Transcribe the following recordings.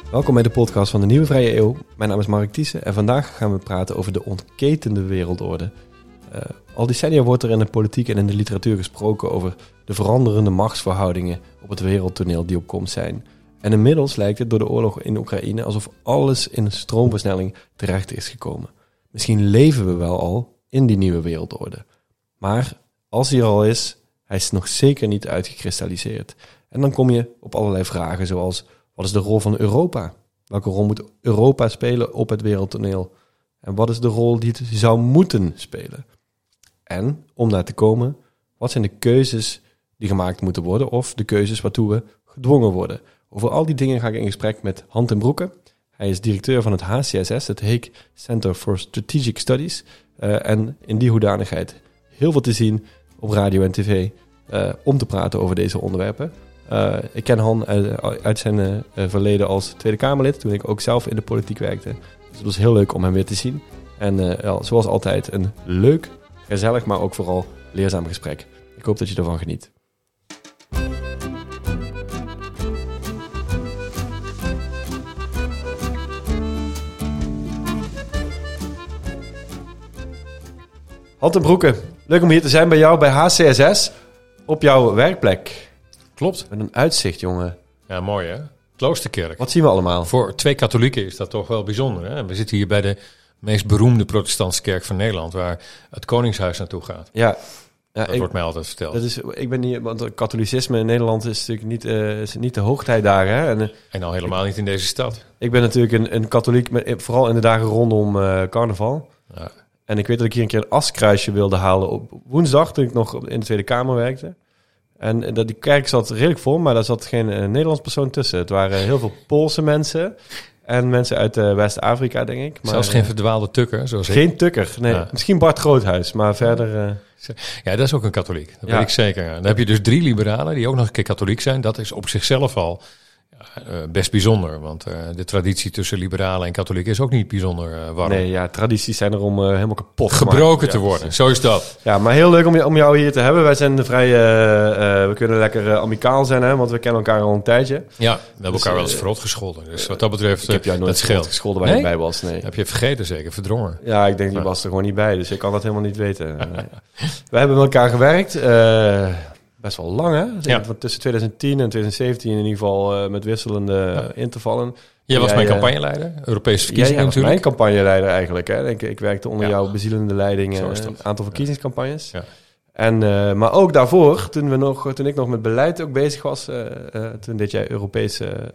Welkom bij de podcast van de Nieuwe Vrije Eeuw. Mijn naam is Mark Thiessen en vandaag gaan we praten over de ontketende wereldorde. Al decennia wordt er in de politiek en in de literatuur gesproken over de veranderende machtsverhoudingen op het wereldtoneel die op komst zijn. En inmiddels lijkt het door de oorlog in Oekraïne alsof alles in een stroomversnelling terecht is gekomen. Misschien leven we wel al in die nieuwe wereldorde. Maar als die er al is, hij is nog zeker niet uitgekristalliseerd. En dan kom je op allerlei vragen zoals: wat is de rol van Europa? Welke rol moet Europa spelen op het wereldtoneel? En wat is de rol die het zou moeten spelen? En, om daar te komen, wat zijn de keuzes die gemaakt moeten worden of de keuzes waartoe we gedwongen worden? Over al die dingen ga ik in gesprek met Han ten Broeke. Hij is directeur van het HCSS, het Hague Center for Strategic Studies. En in die hoedanigheid heel veel te zien op radio en tv om te praten over deze onderwerpen. Ik ken Han uit zijn verleden als Tweede Kamerlid, toen ik ook zelf in de politiek werkte. Dus het was heel leuk om hem weer te zien. En zoals altijd een leuk, gezellig, maar ook vooral leerzaam gesprek. Ik hoop dat je ervan geniet. Han ten Broeke, leuk om hier te zijn bij jou bij HCSS op jouw werkplek. Klopt. Met een uitzicht, jongen. Ja, mooi hè? Kloosterkerk. Wat zien we allemaal? Voor 2 katholieken is dat toch wel bijzonder. Hè? We zitten hier bij de meest beroemde protestantse kerk van Nederland, waar het Koningshuis naartoe gaat. Ja. Dat wordt mij altijd verteld. Ik ben hier, want katholicisme in Nederland is natuurlijk niet de hoogtijdagen. Hè? En al helemaal niet in deze stad. Ik ben natuurlijk een katholiek, vooral in de dagen rondom carnaval. Ja. En ik weet dat ik hier een keer een askruisje wilde halen op woensdag, toen ik nog in de Tweede Kamer werkte. En die kerk zat redelijk vol, maar daar zat geen Nederlands persoon tussen. Het waren heel veel Poolse mensen en mensen uit West-Afrika, denk ik. Maar, zelfs geen verdwaalde tukker, zoals geen tukker, nee. Ja. Misschien Bart Groothuis, maar verder... Ja, dat is ook een katholiek, dat weet ik zeker. Dan heb je dus 3 liberalen die ook nog een keer katholiek zijn. Dat is op zichzelf al best bijzonder, want de traditie tussen liberalen en katholieken is ook niet bijzonder warm. Nee, ja, tradities zijn er om helemaal kapot gebroken te worden, zo is dat. Ja, maar heel leuk om jou hier te hebben. Wij zijn vrij, we kunnen lekker amicaal zijn, hè, want we kennen elkaar al een tijdje. Ja, we hebben elkaar wel eens verrot gescholden. Dus wat dat betreft, ik heb jou nooit verrot gescholden waar je bij was. Nee. Heb je vergeten zeker, verdrongen. Ja, ik denk, je was er gewoon niet bij, dus ik kan dat helemaal niet weten. We hebben met elkaar gewerkt. Best wel lang, hè? Ja. Tussen 2010 en 2017 in ieder geval met wisselende intervallen. Jij was mijn campagneleider, Europese verkiezingen natuurlijk. Mijn campagneleider eigenlijk, hè? Ik werkte onder jouw bezielende leiding een aantal verkiezingscampagnes. Ja. En, maar ook daarvoor, toen ik nog met beleid ook bezig was, toen deed jij Europese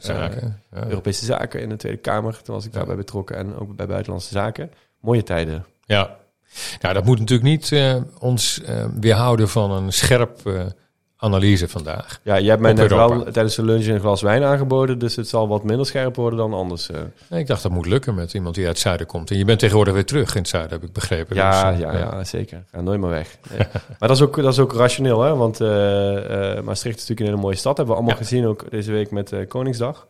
zaken in de Tweede Kamer. Toen was ik daarbij betrokken en ook bij Buitenlandse Zaken. Mooie tijden. Ja, nou dat moet natuurlijk niet ons weerhouden van een scherp analyse vandaag. Ja, je hebt mij net wel tijdens de lunch een glas wijn aangeboden, dus het zal wat minder scherp worden dan anders. Nee, ik dacht dat moet lukken met iemand die uit het zuiden komt. En je bent tegenwoordig weer terug in het zuiden, heb ik begrepen. Ja, dus, ja zeker. Ik ga nooit meer weg. Nee. Maar dat is ook rationeel, hè? Want Maastricht is natuurlijk een hele mooie stad. Hebben we allemaal gezien, ook deze week met Koningsdag.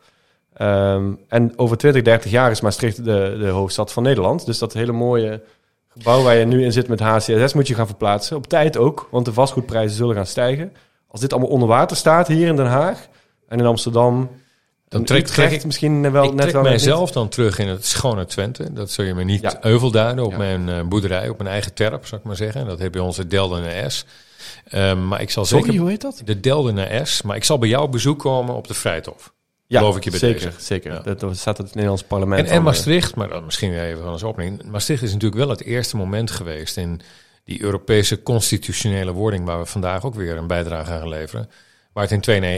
En over 20, 30 jaar is Maastricht de hoofdstad van Nederland. Dus dat hele mooie gebouw waar je nu in zit met HCSS moet je gaan verplaatsen. Op tijd ook, want de vastgoedprijzen zullen gaan stijgen. Als dit allemaal onder water staat hier in Den Haag en in Amsterdam, dan trek ik misschien wel net wel. Ik mijzelf dan terug in het schone Twente. Dat zul je me niet euvelduiden op mijn boerderij, op mijn eigen terp, zou ik maar zeggen. Dat heb je onze Deldener S. Maar ik zal zeker, hoe heet dat? De Deldener S. Maar ik zal bij jou op bezoek komen op de Vrijthof. Ja, geloof ik je bij zeker, deze. Zeker. Ja. Dat staat het Nederlands parlement. En Maastricht, maar dan misschien even van als opening. Maastricht is natuurlijk wel het eerste moment geweest in die Europese constitutionele wording, waar we vandaag ook weer een bijdrage aan gaan leveren, waar het in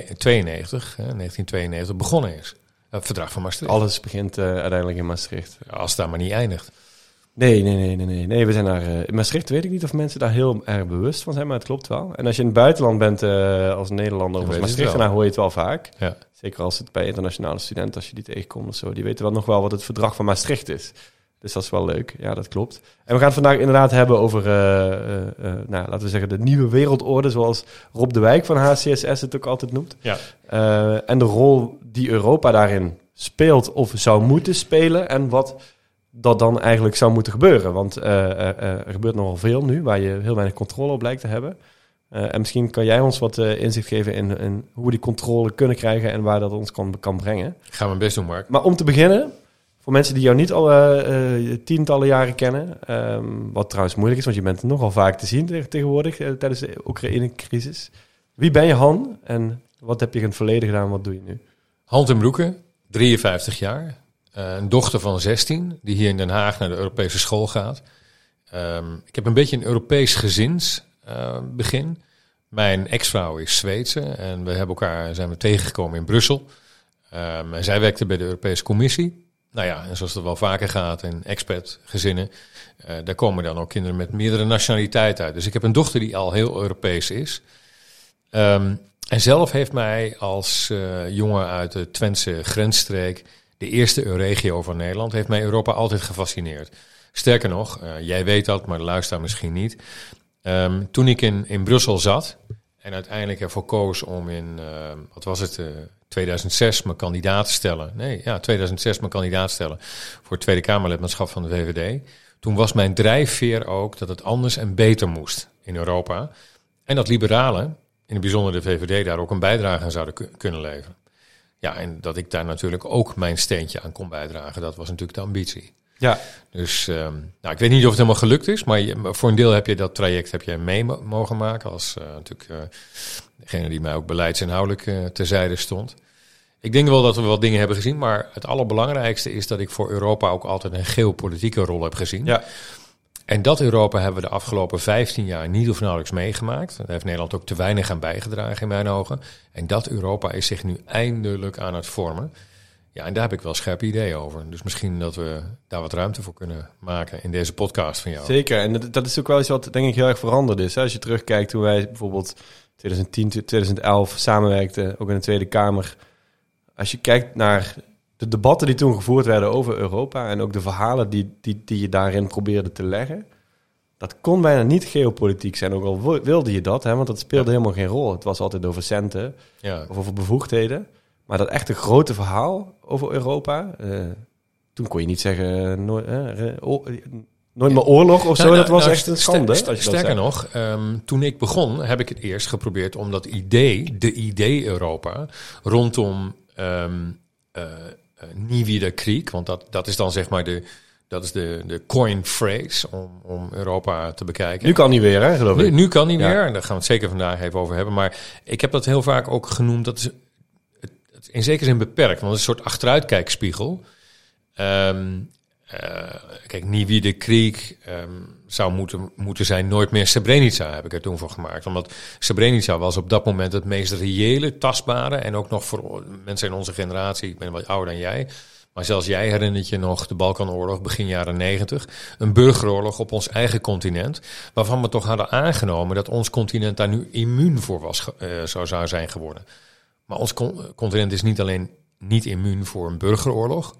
1992 begonnen is. Het verdrag van Maastricht. Alles begint uiteindelijk in Maastricht. Ja, als het daar maar niet eindigt. Nee, we zijn daar... in Maastricht weet ik niet of mensen daar heel erg bewust van zijn, maar het klopt wel. En als je in het buitenland bent als Nederlander over Maastricht, dan hoor je het wel vaak. Ja. Zeker als het bij internationale studenten, als je die tegenkomt of zo, die weten wel nog wel wat het verdrag van Maastricht is. Dus dat is wel leuk. Ja, dat klopt. En we gaan het vandaag inderdaad hebben over, laten we zeggen, de nieuwe wereldorde, zoals Rob de Wijk van HCSS het ook altijd noemt. Ja. En de rol die Europa daarin speelt of zou moeten spelen en wat dat dan eigenlijk zou moeten gebeuren. Want er gebeurt nogal veel nu, waar je heel weinig controle op lijkt te hebben. En misschien kan jij ons wat inzicht geven in hoe we die controle kunnen krijgen en waar dat ons kan brengen. Ik ga mijn best doen, Mark. Maar om te beginnen, voor mensen die jou niet al tientallen jaren kennen, wat trouwens moeilijk is, want je bent nogal vaak te zien tegenwoordig tijdens de Oekraïne-crisis. Wie ben je, Han? En wat heb je in het verleden gedaan? Wat doe je nu? Han ten Broeke, 53 jaar. Een dochter van 16, die hier in Den Haag naar de Europese school gaat. Ik heb een beetje een Europees gezinsbegin. Mijn ex-vrouw is Zweedse en zijn we tegengekomen in Brussel. En zij werkte bij de Europese Commissie. Nou ja, en zoals het wel vaker gaat in expat-gezinnen, daar komen dan ook kinderen met meerdere nationaliteiten uit. Dus ik heb een dochter die al heel Europees is. En zelf heeft mij als jongen uit de Twentse grensstreek, de eerste regio van Nederland, heeft mij Europa altijd gefascineerd. Sterker nog, jij weet dat, maar de luisteraar misschien niet. Toen ik in Brussel zat en uiteindelijk ervoor koos om in, 2006 mijn kandidaat te stellen. 2006 mijn kandidaat te stellen voor het Tweede Kamerlidmaatschap van de VVD. Toen was mijn drijfveer ook dat het anders en beter moest in Europa. En dat liberalen, in het bijzonder de VVD, daar ook een bijdrage aan zouden kunnen leveren. Ja, en dat ik daar natuurlijk ook mijn steentje aan kon bijdragen, dat was natuurlijk de ambitie. Ja. Dus ik weet niet of het helemaal gelukt is, maar voor een deel heb je dat traject mee mogen maken als natuurlijk degene die mij ook beleidsinhoudelijk terzijde stond. Ik denk wel dat we wat dingen hebben gezien, maar het allerbelangrijkste is dat ik voor Europa ook altijd een geopolitieke rol heb gezien. Ja. En dat Europa hebben we de afgelopen 15 jaar niet of nauwelijks meegemaakt. Daar heeft Nederland ook te weinig aan bijgedragen in mijn ogen. En dat Europa is zich nu eindelijk aan het vormen. Ja, en daar heb ik wel scherpe ideeën over. Dus misschien dat we daar wat ruimte voor kunnen maken in deze podcast van jou. Zeker, en dat is ook wel iets wat denk ik heel erg veranderd is. Als je terugkijkt toen wij bijvoorbeeld 2010, 2011 samenwerkten, ook in de Tweede Kamer. Als je kijkt naar de debatten die toen gevoerd werden over Europa en ook de verhalen die je daarin probeerde te leggen, dat kon bijna niet geopolitiek zijn. Ook al wilde je dat, want dat speelde helemaal geen rol. Het was altijd over centen of over bevoegdheden. Maar dat echte grote verhaal over Europa, toen kon je niet zeggen nooit meer oorlog of zo. Dat was echt een schande. Sterker nog, toen ik begon, heb ik het eerst geprobeerd om dat idee Europa, rondom Nieuwe Krieg, want dat is dan zeg maar de coin phrase om Europa te bekijken. Nu kan niet meer, hè, geloof ik. Nu kan niet meer, en daar gaan we het zeker vandaag even over hebben. Maar ik heb dat heel vaak ook genoemd, dat is in zekere zin beperkt, want het is een soort achteruitkijkspiegel. Kijk, Nieuwe Krieg zou moeten zijn nooit meer Srebrenica, heb ik er toen voor gemaakt. Omdat Srebrenica was op dat moment het meest reële, tastbare, en ook nog voor mensen in onze generatie, ik ben wat ouder dan jij, maar zelfs jij herinnert je nog de Balkanoorlog, begin jaren 90, een burgeroorlog op ons eigen continent, waarvan we toch hadden aangenomen dat ons continent daar nu immuun voor zou zijn geworden. Maar ons continent is niet alleen niet immuun voor een burgeroorlog.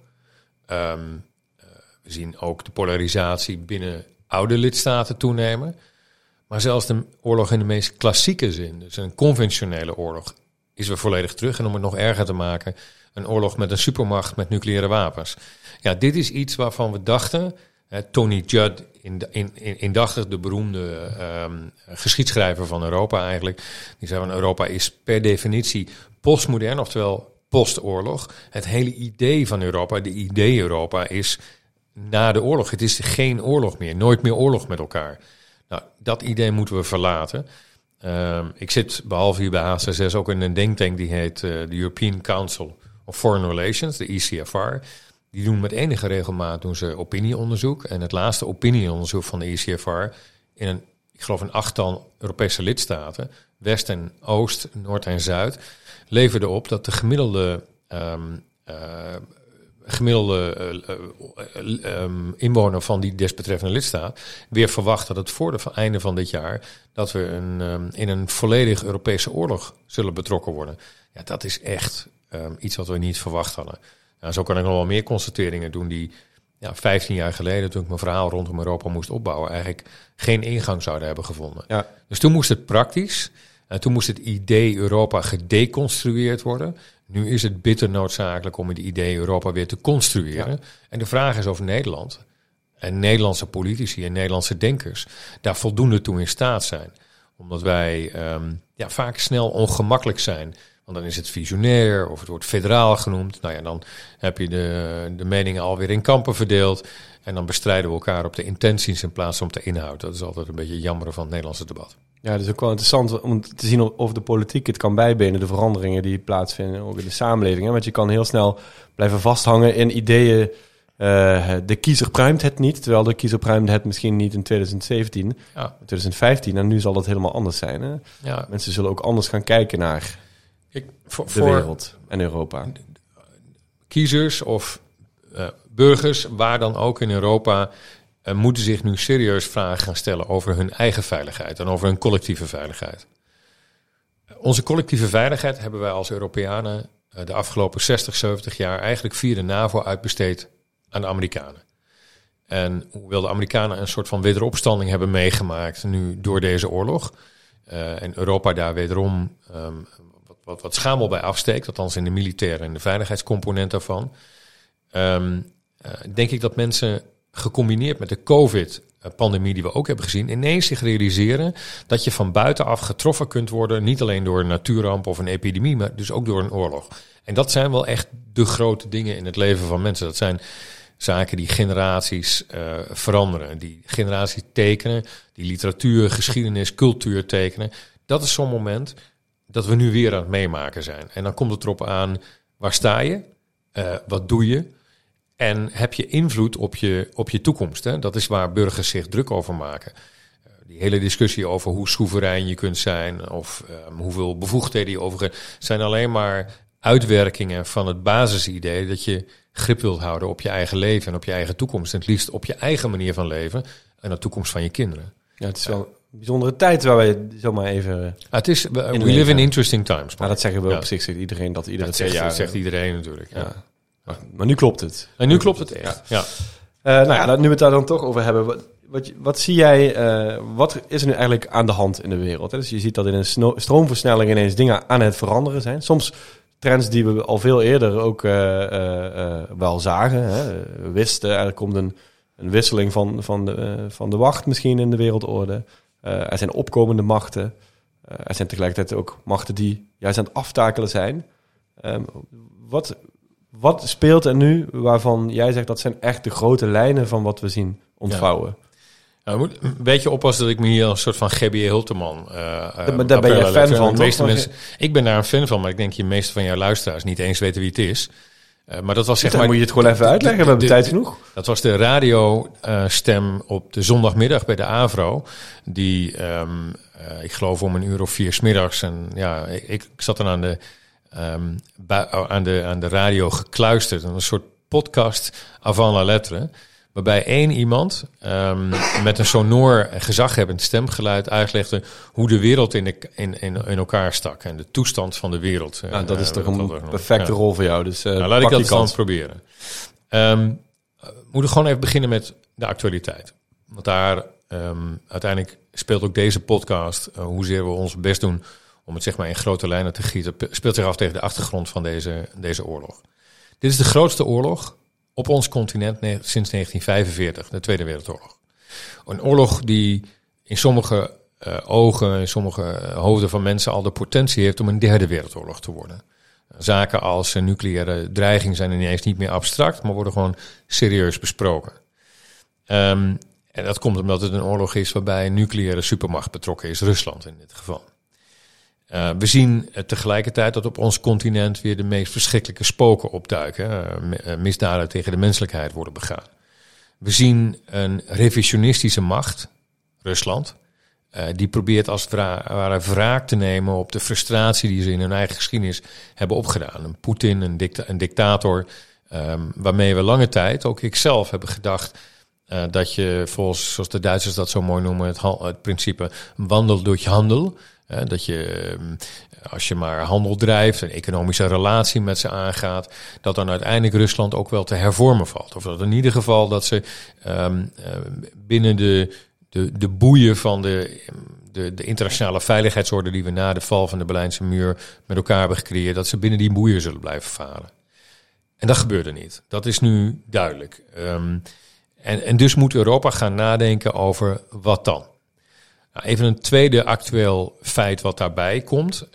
We zien ook de polarisatie binnen oude lidstaten toenemen. Maar zelfs de oorlog in de meest klassieke zin, dus een conventionele oorlog, is weer volledig terug. En om het nog erger te maken, een oorlog met een supermacht met nucleaire wapens. Ja, dit is iets waarvan we dachten, Tony Judd, indachtig de beroemde geschiedschrijver van Europa eigenlijk, die zei van Europa is per definitie postmodern, oftewel postoorlog. Het hele idee van Europa, de idee Europa is na de oorlog. Het is geen oorlog meer, nooit meer oorlog met elkaar. Nou, dat idee moeten we verlaten. Ik zit behalve hier bij HC6 ook in een denktank die heet de European Council of Foreign Relations, de ECFR. Die doen met enige regelmaat opinieonderzoek. En het laatste opinieonderzoek van de ECFR in ik geloof een 8-tal Europese lidstaten, West en Oost, Noord en Zuid, leverde op dat de gemiddelde inwoner van die desbetreffende lidstaat weer verwacht dat het voor het einde van dit jaar dat we in een volledig Europese oorlog zullen betrokken worden. Ja, dat is echt iets wat we niet verwacht hadden. Nou, zo kan ik nog wel meer constateringen doen die 15 jaar geleden, toen ik mijn verhaal rondom Europa moest opbouwen, eigenlijk geen ingang zouden hebben gevonden. Ja. Dus toen moest het praktisch. En toen moest het idee Europa gedeconstrueerd worden. Nu is het bitter noodzakelijk om het idee Europa weer te construeren. Ja. En de vraag is of Nederland en Nederlandse politici en Nederlandse denkers daar voldoende toe in staat zijn. Omdat wij vaak snel ongemakkelijk zijn. Want dan is het visionair of het wordt federaal genoemd. Nou ja, dan heb je de meningen alweer in kampen verdeeld. En dan bestrijden we elkaar op de intenties in plaats van op de inhoud. Dat is altijd een beetje jammer van het Nederlandse debat. Ja, het is ook wel interessant om te zien of de politiek het kan bijbenen, de veranderingen die plaatsvinden, ook in de samenleving. Hè? Want je kan heel snel blijven vasthangen in ideeën. De kiezer pruimt het niet, terwijl de kiezer pruimde het misschien niet in 2017, 2015. En nu zal dat helemaal anders zijn. Hè? Ja. Mensen zullen ook anders gaan kijken naar de wereld en Europa. Kiezers of burgers, waar dan ook in Europa, moeten zich nu serieus vragen gaan stellen over hun eigen veiligheid en over hun collectieve veiligheid. Onze collectieve veiligheid hebben wij als Europeanen de afgelopen 60, 70 jaar eigenlijk via de NAVO uitbesteed aan de Amerikanen. En hoewel de Amerikanen een soort van wederopstanding hebben meegemaakt nu door deze oorlog, en Europa daar wederom wat schamel bij afsteekt, althans in de militaire en de veiligheidscomponent daarvan, denk ik dat mensen gecombineerd met de COVID-pandemie die we ook hebben gezien, ineens zich realiseren dat je van buitenaf getroffen kunt worden, niet alleen door een natuurramp of een epidemie, maar dus ook door een oorlog. En dat zijn wel echt de grote dingen in het leven van mensen. Dat zijn zaken die generaties veranderen, die generaties tekenen, die literatuur, geschiedenis, cultuur tekenen. Dat is zo'n moment dat we nu weer aan het meemaken zijn. En dan komt het erop aan, waar sta je? Wat doe je? En heb je invloed op je toekomst? Hè? Dat is waar burgers zich druk over maken. Die hele discussie over hoe soeverein je kunt zijn of hoeveel bevoegdheden je overgeeft, zijn alleen maar uitwerkingen van het basisidee dat je grip wilt houden op je eigen leven en op je eigen toekomst. En het liefst op je eigen manier van leven en de toekomst van je kinderen. Ja, het is wel een bijzondere tijd waar wij zomaar even... we live in interesting times. Maar dat zeggen we op zich, zegt iedereen dat iedere 2 jaar... Dat zegt iedereen natuurlijk, ja. Maar nu klopt het. En nu klopt het echt, ja. Nu we het daar dan toch over hebben, wat zie jij, wat is er nu eigenlijk aan de hand in de wereld? Hè? Dus je ziet dat in een stroomversnelling ineens dingen aan het veranderen zijn. Soms trends die we al veel eerder ook wel zagen. Hè? We wisten, er komt een wisseling van de wacht misschien in de wereldorde. Er zijn opkomende machten. Er zijn tegelijkertijd ook machten die juist aan het aftakelen zijn. Wat speelt er nu waarvan jij zegt dat zijn echt de grote lijnen van wat we zien ontvouwen? Ja. Nou, moet een beetje oppassen dat ik me hier als een soort van G.B. Hilterman... daar ben je fan van, toch? Ik ben daar een fan van, maar ik denk de meeste van jouw luisteraars niet eens weten wie het is. Maar dat was, zeg maar, moet je het gewoon even uitleggen, we hebben tijd genoeg. Dat was de radiostem op de zondagmiddag bij de AVRO. Die, ik geloof om 1:00 of 4:00 'middags. En ja, ik zat dan aan de radio gekluisterd. Een soort podcast avant la lettre. Waarbij één iemand met een sonor en gezaghebbend stemgeluid uitlegde hoe de wereld in elkaar stak. En de toestand van de wereld. Dat is toch een perfecte rol voor jou. Dus laat ik dat dan proberen. We moeten gewoon even beginnen met de actualiteit. Want daar uiteindelijk speelt ook deze podcast, hoezeer we ons best doen om het zeg maar in grote lijnen te gieten, speelt zich af tegen de achtergrond van deze oorlog. Dit is de grootste oorlog op ons continent sinds 1945, de Tweede Wereldoorlog. Een oorlog die in sommige ogen, in sommige hoofden van mensen al de potentie heeft om een derde wereldoorlog te worden. Zaken als nucleaire dreiging zijn ineens niet meer abstract, maar worden gewoon serieus besproken. En dat komt omdat het een oorlog is waarbij een nucleaire supermacht betrokken is, Rusland in dit geval. We zien tegelijkertijd dat op ons continent weer de meest verschrikkelijke spoken opduiken. Misdaden tegen de menselijkheid worden begaan. We zien een revisionistische macht, Rusland, die probeert als het ware wraak te nemen op de frustratie die ze in hun eigen geschiedenis hebben opgedaan. Een Poetin, een dictator, waarmee we lange tijd, ook ik zelf, hebben gedacht dat je volgens, zoals de Duitsers dat zo mooi noemen, het principe wandel door je handel. Dat je, als je maar handel drijft, een economische relatie met ze aangaat, dat dan uiteindelijk Rusland ook wel te hervormen valt. Of dat in ieder geval dat ze binnen de boeien van de internationale veiligheidsorde die we na de val van de Berlijnse muur met elkaar hebben gecreëerd, dat ze binnen die boeien zullen blijven varen. En dat gebeurde niet. Dat is nu duidelijk. En dus moet Europa gaan nadenken over wat dan. Even een tweede actueel feit wat daarbij komt.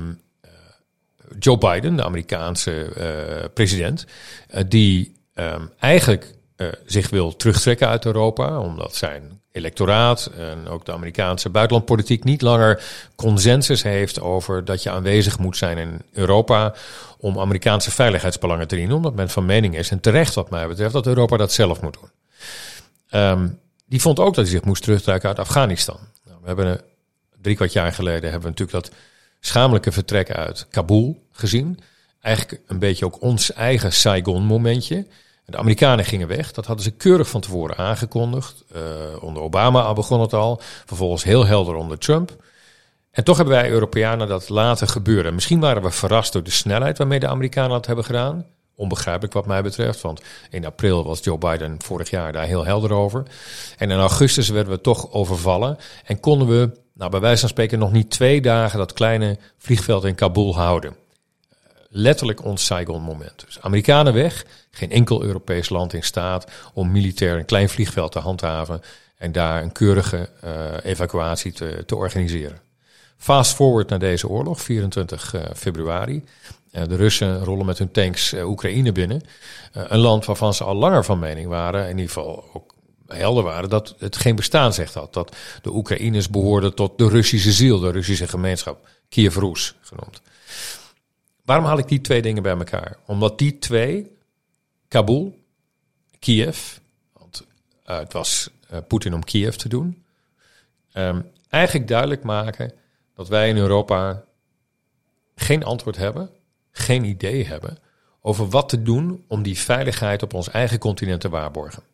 Joe Biden, de Amerikaanse president, die eigenlijk zich wil terugtrekken uit Europa, omdat zijn electoraat en ook de Amerikaanse buitenlandpolitiek niet langer consensus heeft over dat je aanwezig moet zijn in Europa om Amerikaanse veiligheidsbelangen te dienen, omdat men van mening is, en terecht wat mij betreft, dat Europa dat zelf moet doen. Die vond ook dat hij zich moest terugtrekken uit Afghanistan. Nou, we hebben 3/4 jaar geleden hebben we natuurlijk dat schamelijke vertrek uit Kabul gezien. Eigenlijk een beetje ook ons eigen Saigon-momentje. De Amerikanen gingen weg. Dat hadden ze keurig van tevoren aangekondigd. Onder Obama begon het al. Vervolgens heel helder onder Trump. En toch hebben wij Europeanen dat laten gebeuren. Misschien waren we verrast door de snelheid waarmee de Amerikanen dat hebben gedaan. Onbegrijpelijk wat mij betreft. Want in april was Joe Biden vorig jaar daar heel helder over. En in augustus werden we toch overvallen. En konden we, bij wijze van spreken, nog niet 2 dagen dat kleine vliegveld in Kabul houden. Letterlijk ons Saigon-moment. Dus Amerikanen weg, geen enkel Europees land in staat om militair een klein vliegveld te handhaven en daar een keurige evacuatie te organiseren. Fast forward naar deze oorlog, 24 februari. De Russen rollen met hun tanks Oekraïne binnen. Een land waarvan ze al langer van mening waren, in ieder geval ook helder waren, dat het geen bestaansrecht had. Dat de Oekraïners behoorden tot de Russische ziel, de Russische gemeenschap, Kiev-Rus genoemd. Waarom haal ik die 2 dingen bij elkaar? Omdat die 2, Kabul, Kiev, want het was Poetin om Kiev te doen, eigenlijk duidelijk maken dat wij in Europa geen antwoord hebben, geen idee hebben over wat te doen om die veiligheid op ons eigen continent te waarborgen.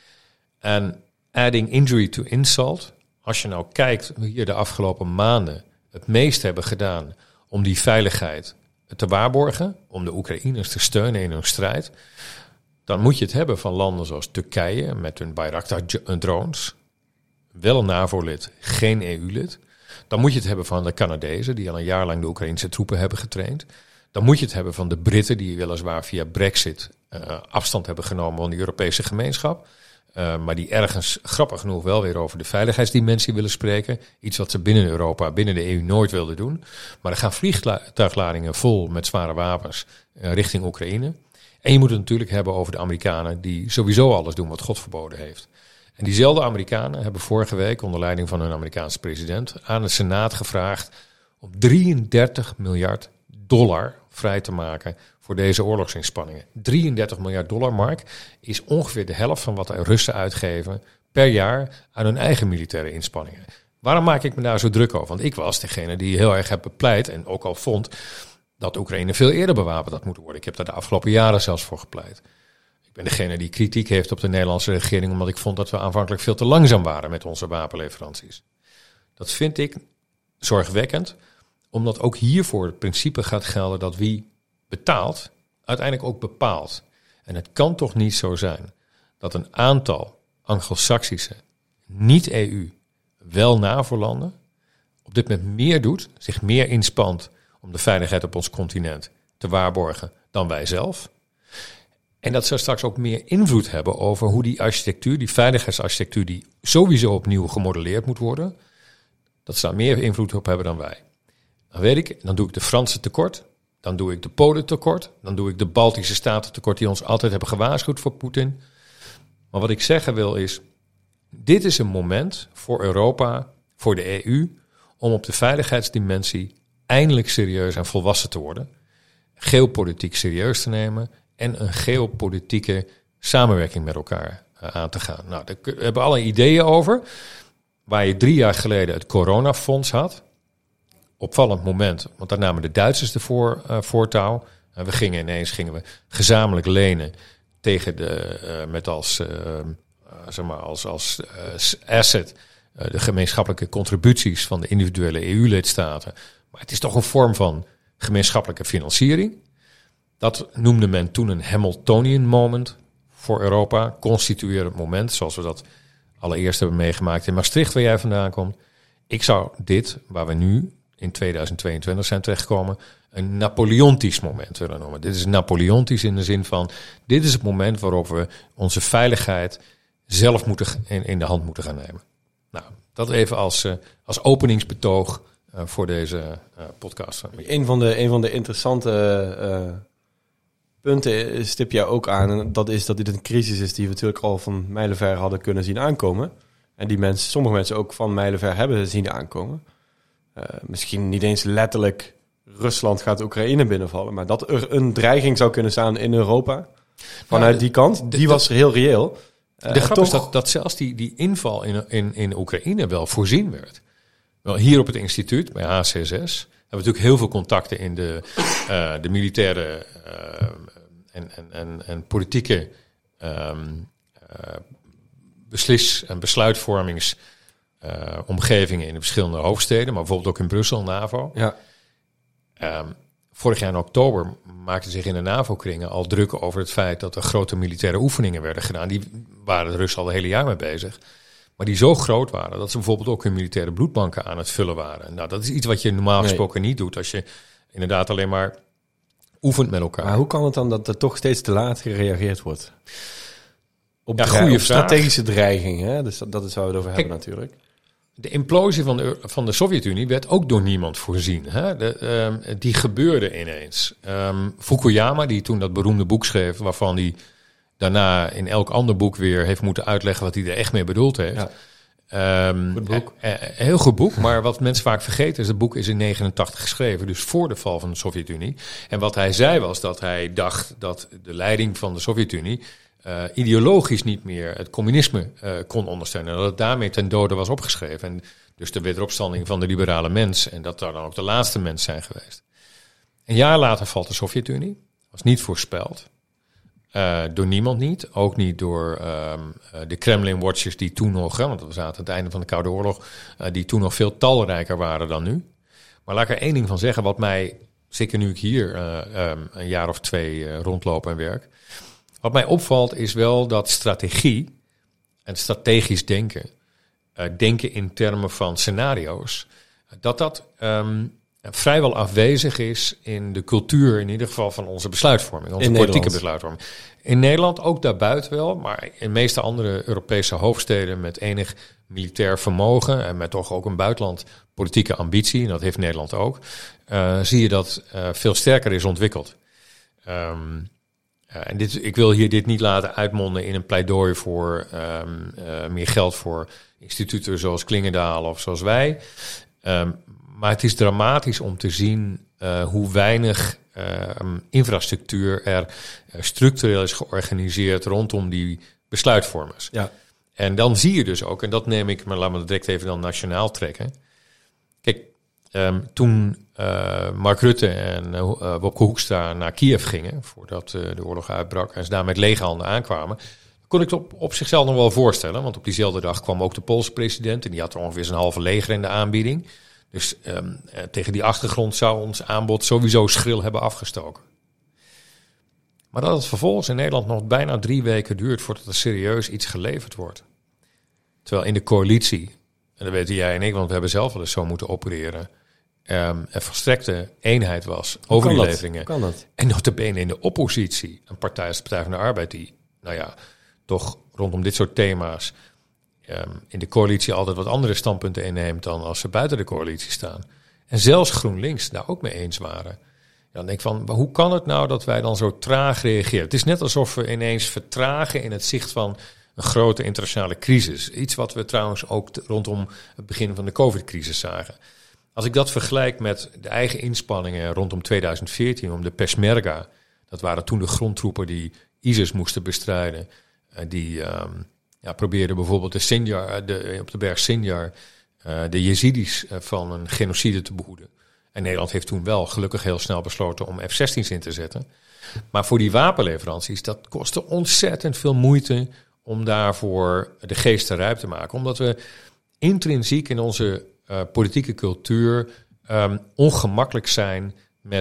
En adding injury to insult, als je nou kijkt hoe we hier de afgelopen maanden het meest hebben gedaan om die veiligheid te waarborgen, om de Oekraïners te steunen in hun strijd, dan moet je het hebben van landen zoals Turkije met hun Bayraktar-drones, wel een NAVO-lid, geen EU-lid. Dan moet je het hebben van de Canadezen, die al een jaar lang de Oekraïnse troepen hebben getraind. Dan moet je het hebben van de Britten, die weliswaar via Brexit afstand hebben genomen van de Europese gemeenschap. Maar die ergens, grappig genoeg, wel weer over de veiligheidsdimensie willen spreken. Iets wat ze binnen Europa, binnen de EU nooit wilden doen. Maar er gaan vliegtuigladingen vol met zware wapens richting Oekraïne. En je moet het natuurlijk hebben over de Amerikanen die sowieso alles doen wat God verboden heeft. En diezelfde Amerikanen hebben vorige week onder leiding van hun Amerikaanse president aan de Senaat gevraagd om $33 miljard vrij te maken voor deze oorlogsinspanningen. $33 miljard, Mark, is ongeveer de helft van wat de Russen uitgeven per jaar aan hun eigen militaire inspanningen. Waarom maak ik me daar zo druk over? Want ik was degene die heel erg heb bepleit en ook al vond dat Oekraïne veel eerder bewapend had moeten worden. Ik heb daar de afgelopen jaren zelfs voor gepleit. Ik ben degene die kritiek heeft op de Nederlandse regering omdat ik vond dat we aanvankelijk veel te langzaam waren met onze wapenleveranties. Dat vind ik zorgwekkend, omdat ook hiervoor het principe gaat gelden dat wie betaalt, uiteindelijk ook bepaalt. En het kan toch niet zo zijn dat een aantal Anglo-Saxische, niet-EU, wel NAVO-landen op dit moment meer doet, zich meer inspant om de veiligheid op ons continent te waarborgen dan wij zelf. En dat ze straks ook meer invloed hebben over hoe die architectuur, die veiligheidsarchitectuur die sowieso opnieuw gemodelleerd moet worden, dat ze daar meer invloed op hebben dan wij. Dan weet ik, dan doe ik de Fransen tekort, dan doe ik de Polen tekort, dan doe ik de Baltische Staten tekort die ons altijd hebben gewaarschuwd voor Poetin. Maar wat ik zeggen wil is, dit is een moment voor Europa, voor de EU, om op de veiligheidsdimensie eindelijk serieus en volwassen te worden, geopolitiek serieus te nemen en een geopolitieke samenwerking met elkaar aan te gaan. Nou, daar hebben we alle ideeën over. Waar je 3 jaar geleden het coronafonds had, opvallend moment, want daar namen de Duitsers de voortouw. We gingen we gezamenlijk lenen tegen met als asset de gemeenschappelijke contributies van de individuele EU-lidstaten. Maar het is toch een vorm van gemeenschappelijke financiering. Dat noemde men toen een Hamiltonian moment voor Europa, constituerend moment, zoals we dat allereerst hebben meegemaakt in Maastricht, waar jij vandaan komt. Ik zou dit, waar we nu in 2022 zijn terechtgekomen, een Napoleontisch moment willen noemen. Dit is Napoleontisch in de zin van, dit is het moment waarop we onze veiligheid zelf in de hand moeten gaan nemen. Nou, Dat even als openingsbetoog voor deze podcast. Een van de interessante punten stip jij ook aan. En dat is dat dit een crisis is die we natuurlijk al van mijlenver hadden kunnen zien aankomen. En die sommige mensen ook van mijlenver hebben zien aankomen. Misschien niet eens letterlijk Rusland gaat Oekraïne binnenvallen. Maar dat er een dreiging zou kunnen staan in Europa. Vanuit die kant. Die was heel reëel. De grap is dat zelfs die inval in Oekraïne wel voorzien werd. Wel, hier op het instituut, bij HCSS, hebben we natuurlijk heel veel contacten in de militaire en politieke en besluitvormingsomgevingen in de verschillende hoofdsteden, maar bijvoorbeeld ook in Brussel, NAVO. Ja. Vorig jaar in oktober maakten zich in de NAVO-kringen al druk over het feit dat er grote militaire oefeningen werden gedaan. Die waren de Russen al het hele jaar mee bezig. Maar die zo groot waren dat ze bijvoorbeeld ook hun militaire bloedbanken aan het vullen waren. Nou, dat is iets wat je normaal gesproken niet doet als je inderdaad alleen maar oefent met elkaar. Maar hoe kan het dan dat er toch steeds te laat gereageerd wordt? Op strategische dreiging, hè? Dus dat is waar we het over hebben natuurlijk. De implosie van de Sovjet-Unie werd ook door niemand voorzien. Hè? Die gebeurde ineens. Fukuyama, die toen dat beroemde boek schreef, waarvan hij daarna in elk ander boek weer heeft moeten uitleggen wat hij er echt mee bedoeld heeft. Ja. Goed boek. Heel goed boek, maar wat mensen vaak vergeten is, het boek is in 1989 geschreven, dus voor de val van de Sovjet-Unie. En wat hij zei was dat hij dacht dat de leiding van de Sovjet-Unie ideologisch niet meer het communisme kon ondersteunen. En dat het daarmee ten dode was opgeschreven. En dus de wederopstanding van de liberale mens. En dat daar dan ook de laatste mens zijn geweest. Een jaar later valt de Sovjet-Unie. Was niet voorspeld. Door niemand niet. Ook niet door de Kremlin-watchers die toen nog, want dat was aan het einde van de Koude Oorlog, die toen nog veel talrijker waren dan nu. Maar laat ik er één ding van zeggen, wat mij, zeker nu ik hier een jaar of 2 rondloop en werk, wat mij opvalt is wel dat strategie en strategisch denken, denken in termen van scenario's, dat vrijwel afwezig is in de cultuur, in ieder geval van onze besluitvorming, onze politieke besluitvorming. In Nederland, ook daarbuiten wel, maar in de meeste andere Europese hoofdsteden met enig militair vermogen en met toch ook een buitenland politieke ambitie, en dat heeft Nederland ook, zie je dat veel sterker is ontwikkeld. En ik wil hier dit niet laten uitmonden in een pleidooi voor meer geld voor instituten zoals Klingendaal of zoals wij. Maar het is dramatisch om te zien hoe weinig infrastructuur er structureel is georganiseerd rondom die besluitvormers. Ja. En dan zie je dus ook, en dat neem ik, maar laat me dat direct even dan nationaal trekken. Kijk, toen Mark Rutte en Wopke Hoekstra naar Kiev gingen, voordat de oorlog uitbrak, en ze daar met lege handen aankwamen, kon ik het op zichzelf nog wel voorstellen. Want op diezelfde dag kwam ook de Poolse president en die had er ongeveer zijn halve leger in de aanbieding. Dus tegen die achtergrond zou ons aanbod sowieso schril hebben afgestoken. Maar dat het vervolgens in Nederland nog bijna 3 weken duurt voordat er serieus iets geleverd wordt. Terwijl in de coalitie, en dat weten jij en ik, want we hebben zelf wel eens zo moeten opereren, een volstrekte eenheid was over die leveringen. Hoe kan dat? En notabene in de oppositie, een partij als de Partij van de Arbeid, die, toch rondom dit soort thema's in de coalitie altijd wat andere standpunten inneemt dan als ze buiten de coalitie staan. En zelfs GroenLinks daar ook mee eens waren. Dan denk ik van, hoe kan het nou dat wij dan zo traag reageren? Het is net alsof we ineens vertragen in het zicht van een grote internationale crisis. Iets wat we trouwens ook rondom het begin van de COVID-crisis zagen. Als ik dat vergelijk met de eigen inspanningen rondom 2014 om de Peshmerga, dat waren toen de grondtroepen die ISIS moesten bestrijden, die probeerden bijvoorbeeld op de berg Sinjar de Jezidis van een genocide te behoeden. En Nederland heeft toen wel gelukkig heel snel besloten om F-16's in te zetten. Maar voor die wapenleveranties, dat kostte ontzettend veel moeite om daarvoor de geest te rijp te maken. Omdat we intrinsiek in onze politieke cultuur ongemakkelijk zijn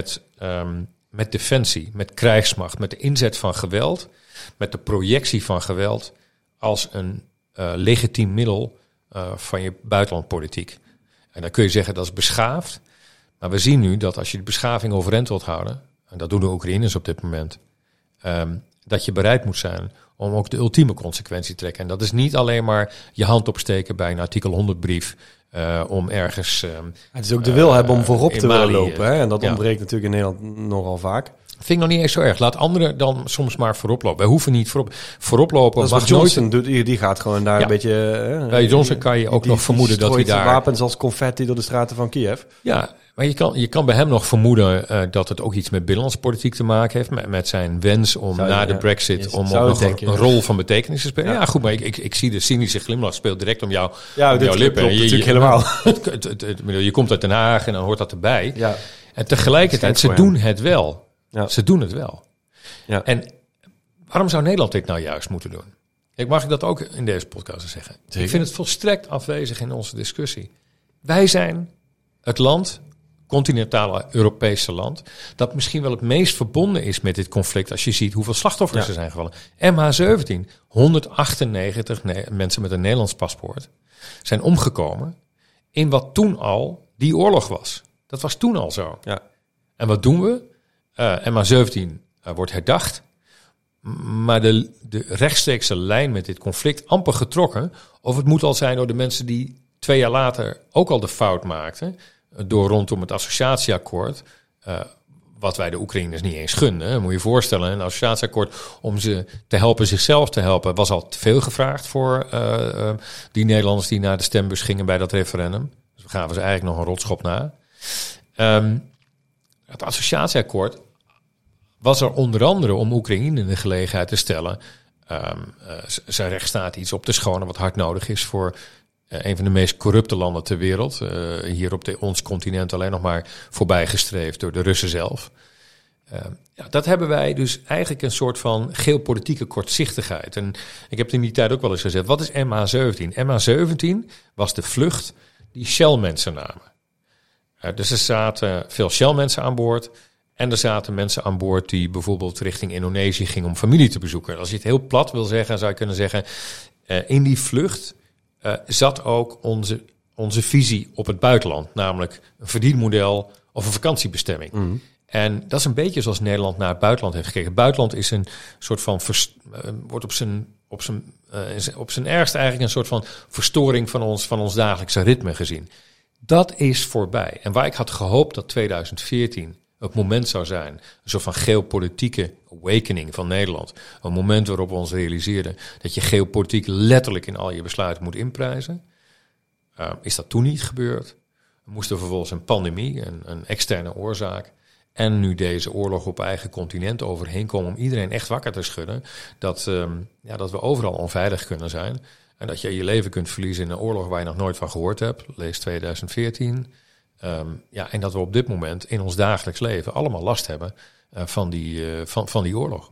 met defensie, met krijgsmacht, met de inzet van geweld, met de projectie van geweld als een legitiem middel van je buitenlandpolitiek. En dan kun je zeggen dat is beschaafd. Maar we zien nu dat als je de beschaving overeind wilt houden, en dat doen de Oekraïners op dit moment, dat je bereid moet zijn om ook de ultieme consequentie te trekken. En dat is niet alleen maar je hand opsteken bij een artikel 100 brief om ergens... het is ook de wil hebben om voorop te willen Mali, lopen. Hè? En dat ontbreekt natuurlijk in Nederland nogal vaak. Vind ik nog niet eens zo erg. Laat anderen dan soms maar voorop lopen. Wij hoeven niet voorop lopen. Dat is wat Johnson doet. Die gaat gewoon daar een beetje... Bij Johnson kan je ook nog vermoeden dat hij daar... wapens als confetti door de straten van Kiev. Ja, maar je kan bij hem nog vermoeden dat het ook iets met binnenlandse politiek te maken heeft. Met zijn wens om na de Brexit om ook nog een rol van betekenis te spelen. Ja, goed, maar ik zie de cynische glimlach speelt direct om jouw lippen. Klopt, natuurlijk helemaal. Je komt uit Den Haag en dan hoort dat erbij. Ja. En tegelijkertijd, ze doen het wel. Ja. Ze doen het wel. Ja. En waarom zou Nederland dit nou juist moeten doen? Mag ik dat ook in deze podcast zeggen? Zeker. Ik vind het volstrekt afwezig in onze discussie. Wij zijn het land, continentale Europese land, dat misschien wel het meest verbonden is met dit conflict als je ziet hoeveel slachtoffers er zijn gevallen. MH17, 198 mensen met een Nederlands paspoort zijn omgekomen in wat toen al die oorlog was. Dat was toen al zo. Ja. En wat doen we? MH17 wordt herdacht. Maar de rechtstreekse lijn met dit conflict amper getrokken. Of het moet al zijn door de mensen die 2 jaar later ook al de fout maakten. Door rondom het associatieakkoord. Wat wij de Oekraïners niet eens gunden. Moet je je voorstellen, een associatieakkoord om ze te helpen zichzelf te helpen. Was al te veel gevraagd voor die Nederlanders die naar de stembus gingen bij dat referendum. Dus we gaven ze eigenlijk nog een rotschop na. Het associatieakkoord was er onder andere om Oekraïne in de gelegenheid te stellen zijn rechtsstaat iets op te schonen wat hard nodig is voor een van de meest corrupte landen ter wereld. Hier op ons continent alleen nog maar voorbijgestreefd door de Russen zelf. Dat hebben wij dus eigenlijk een soort van geopolitieke kortzichtigheid. En ik heb het in die tijd ook wel eens gezegd, wat is MH17? MH17 was de vlucht die Shell-mensen namen. Dus er zaten veel Shell-mensen aan boord. En er zaten mensen aan boord die bijvoorbeeld richting Indonesië gingen om familie te bezoeken. Als je het heel plat wil zeggen, zou je kunnen zeggen, in die vlucht zat ook onze visie op het buitenland. Namelijk een verdienmodel of een vakantiebestemming. Mm. En dat is een beetje zoals Nederland naar het buitenland heeft gekeken. Het buitenland is een soort van wordt op zijn ergste eigenlijk een soort van verstoring van ons dagelijkse ritme gezien. Dat is voorbij. En waar ik had gehoopt dat 2014 het moment zou zijn, een soort van geopolitieke awakening van Nederland. Een moment waarop we ons realiseerden dat je geopolitiek letterlijk in al je besluiten moet inprijzen. Is dat toen niet gebeurd? We moesten vervolgens een pandemie, een externe oorzaak. En nu deze oorlog op eigen continent overheen komen om iedereen echt wakker te schudden. Dat we overal onveilig kunnen zijn. En dat je je leven kunt verliezen in een oorlog waar je nog nooit van gehoord hebt. Lees 2014. En dat we op dit moment in ons dagelijks leven allemaal last hebben van die oorlog.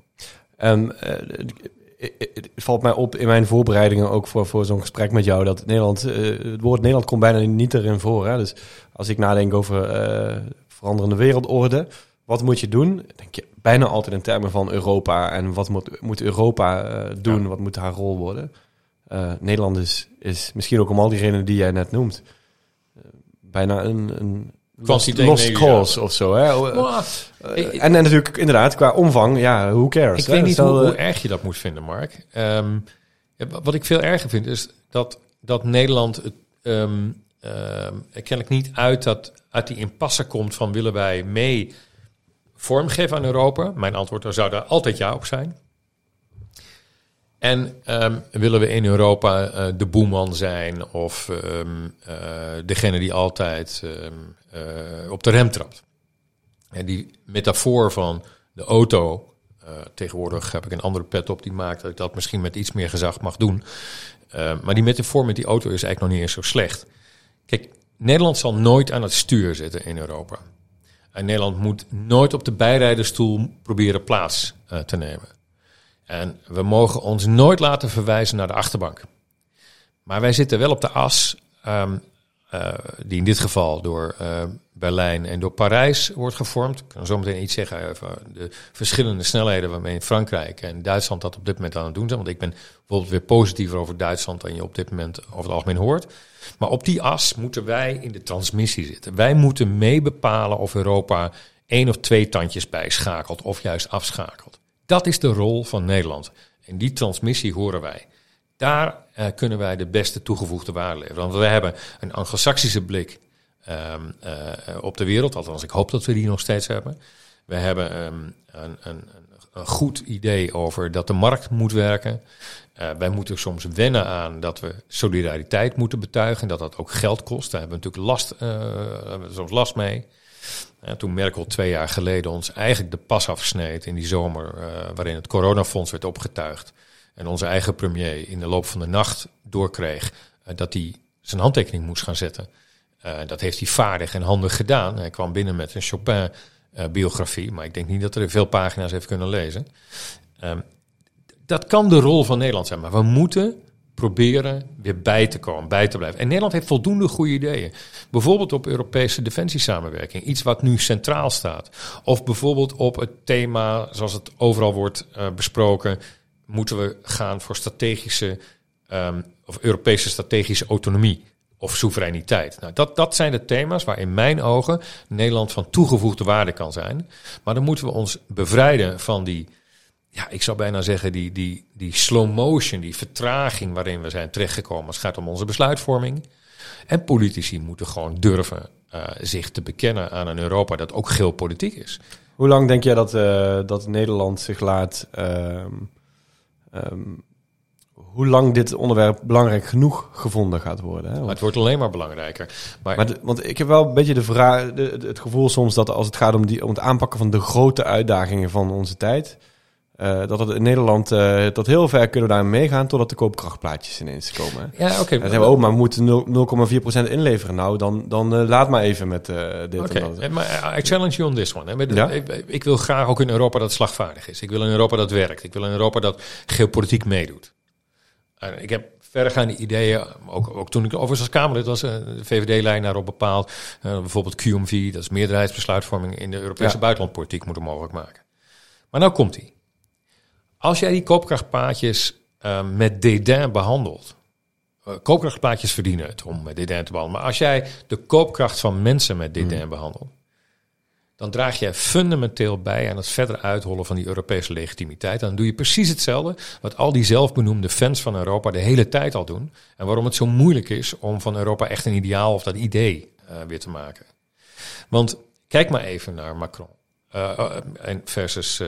Het valt mij op in mijn voorbereidingen ook voor zo'n gesprek met jou dat Nederland, het woord Nederland komt bijna niet erin voor. Hè? Dus als ik nadenk over veranderende wereldorde, wat moet je doen? Denk je bijna altijd in termen van Europa en wat moet Europa doen? Ja. Wat moet haar rol worden? Nederland is misschien ook om al die redenen die jij net noemt, bijna een lost cause of zo. Hè? En natuurlijk inderdaad qua omvang, who cares? Ik weet niet hoe erg je dat moet vinden, Mark. Wat ik veel erger vind is dat Nederland kennelijk niet uit die impasse komt van willen wij mee vormgeven aan Europa. Mijn antwoord zou daar altijd ja op zijn. En willen we in Europa de boeman zijn of degene die altijd op de rem trapt. En die metafoor van de auto, tegenwoordig heb ik een andere pet op die maakt dat ik dat misschien met iets meer gezag mag doen. Maar die metafoor met die auto is eigenlijk nog niet eens zo slecht. Kijk, Nederland zal nooit aan het stuur zitten in Europa. En Nederland moet nooit op de bijrijdersstoel proberen plaats te nemen. En we mogen ons nooit laten verwijzen naar de achterbank. Maar wij zitten wel op de as, die in dit geval door Berlijn en door Parijs wordt gevormd. Ik kan zo meteen iets zeggen over de verschillende snelheden waarmee in Frankrijk en Duitsland dat op dit moment aan het doen zijn. Want ik ben bijvoorbeeld weer positiever over Duitsland dan je op dit moment over het algemeen hoort. Maar op die as moeten wij in de transmissie zitten. Wij moeten mee bepalen of Europa 1 of 2 tandjes bijschakelt of juist afschakelt. Dat is de rol van Nederland. En die transmissie horen wij. Daar kunnen wij de beste toegevoegde waarde leveren. Want we hebben een Anglo-Saxische blik op de wereld. Althans, ik hoop dat we die nog steeds hebben. We hebben een goed idee over dat de markt moet werken. Wij moeten soms wennen aan dat we solidariteit moeten betuigen. Dat dat ook geld kost. Daar hebben we natuurlijk soms last mee. Toen Merkel 2 jaar geleden ons eigenlijk de pas afsneed in die zomer, waarin het coronafonds werd opgetuigd. En onze eigen premier in de loop van de nacht doorkreeg dat hij zijn handtekening moest gaan zetten. Dat heeft hij vaardig en handig gedaan. Hij kwam binnen met een Chopin-biografie, maar ik denk niet dat er veel pagina's heeft kunnen lezen. Dat kan de rol van Nederland zijn, maar we moeten proberen weer bij te komen, bij te blijven. En Nederland heeft voldoende goede ideeën. Bijvoorbeeld op Europese defensiesamenwerking, iets wat nu centraal staat. Of bijvoorbeeld op het thema, zoals het overal wordt besproken, moeten we gaan voor strategische of Europese strategische autonomie of soevereiniteit. Nou, dat zijn de thema's waar in mijn ogen Nederland van toegevoegde waarde kan zijn. Maar dan moeten we ons bevrijden van die, ja, ik zou bijna zeggen, die slow motion, die vertraging waarin we zijn terechtgekomen als het gaat om onze besluitvorming. En politici moeten gewoon durven zich te bekennen aan een Europa dat ook geopolitiek is. Hoe lang denk jij dat Nederland zich laat... hoe lang dit onderwerp belangrijk genoeg gevonden gaat worden? Hè? Maar het wordt alleen maar belangrijker. Want ik heb wel een beetje het gevoel soms dat als het gaat om het aanpakken van de grote uitdagingen van onze tijd, dat het in Nederland tot heel ver kunnen we daar meegaan totdat de koopkrachtplaatjes ineens komen. Hè? Ja, oké. Dan zeggen we, maar we moeten 0,4% inleveren. Nou, dan laat maar even met dit en dat. Maar I challenge you on this one. Hè. Ik wil graag ook in Europa dat slagvaardig is. Ik wil in Europa dat werkt. Ik wil in Europa dat geopolitiek meedoet. Ik heb verregaande ideeën, ook toen ik overigens als Kamerlid was, de VVD-lijn daarop bepaald. Bijvoorbeeld QMV, dat is meerderheidsbesluitvorming in de Europese buitenlandpolitiek moeten mogelijk maken. Maar nou komt ie. Als jij die koopkrachtplaatjes met dédain behandelt, koopkrachtplaatjes verdienen het om met dédain te behandelen, maar als jij de koopkracht van mensen met dédain behandelt, dan draag jij fundamenteel bij aan het verder uithollen van die Europese legitimiteit. Dan doe je precies hetzelfde wat al die zelfbenoemde fans van Europa de hele tijd al doen. En waarom het zo moeilijk is om van Europa echt een ideaal of dat idee weer te maken. Want kijk maar even naar Macron versus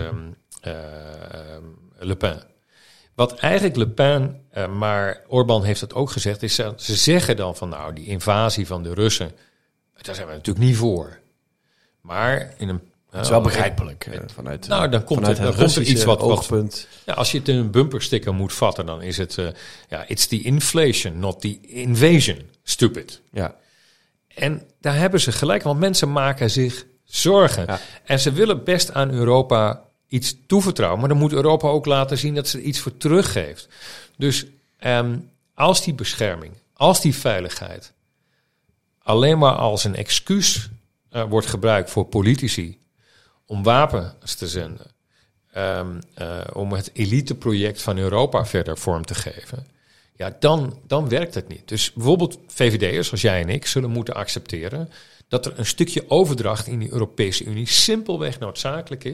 Le Pen. Wat eigenlijk Le Pen, maar Orbán heeft het ook gezegd, is ze zeggen dan van nou, die invasie van de Russen, daar zijn we natuurlijk niet voor. Maar in een... Het is wel begrijpelijk. Vanuit dan komt er iets wat oogpunt. Ja, als je het in een bumpersticker moet vatten, dan is het... it's the inflation, not the invasion. Stupid. Ja. En daar hebben ze gelijk, want mensen maken zich zorgen. Ja. En ze willen best aan Europa iets toevertrouwen, maar dan moet Europa ook laten zien dat ze er iets voor teruggeeft. Dus als die bescherming, als die veiligheid alleen maar als een excuus wordt gebruikt voor politici om wapens te zenden, om het eliteproject van Europa verder vorm te geven, ja, dan werkt het niet. Dus bijvoorbeeld VVD'ers, zoals jij en ik, zullen moeten accepteren dat er een stukje overdracht in die Europese Unie simpelweg noodzakelijk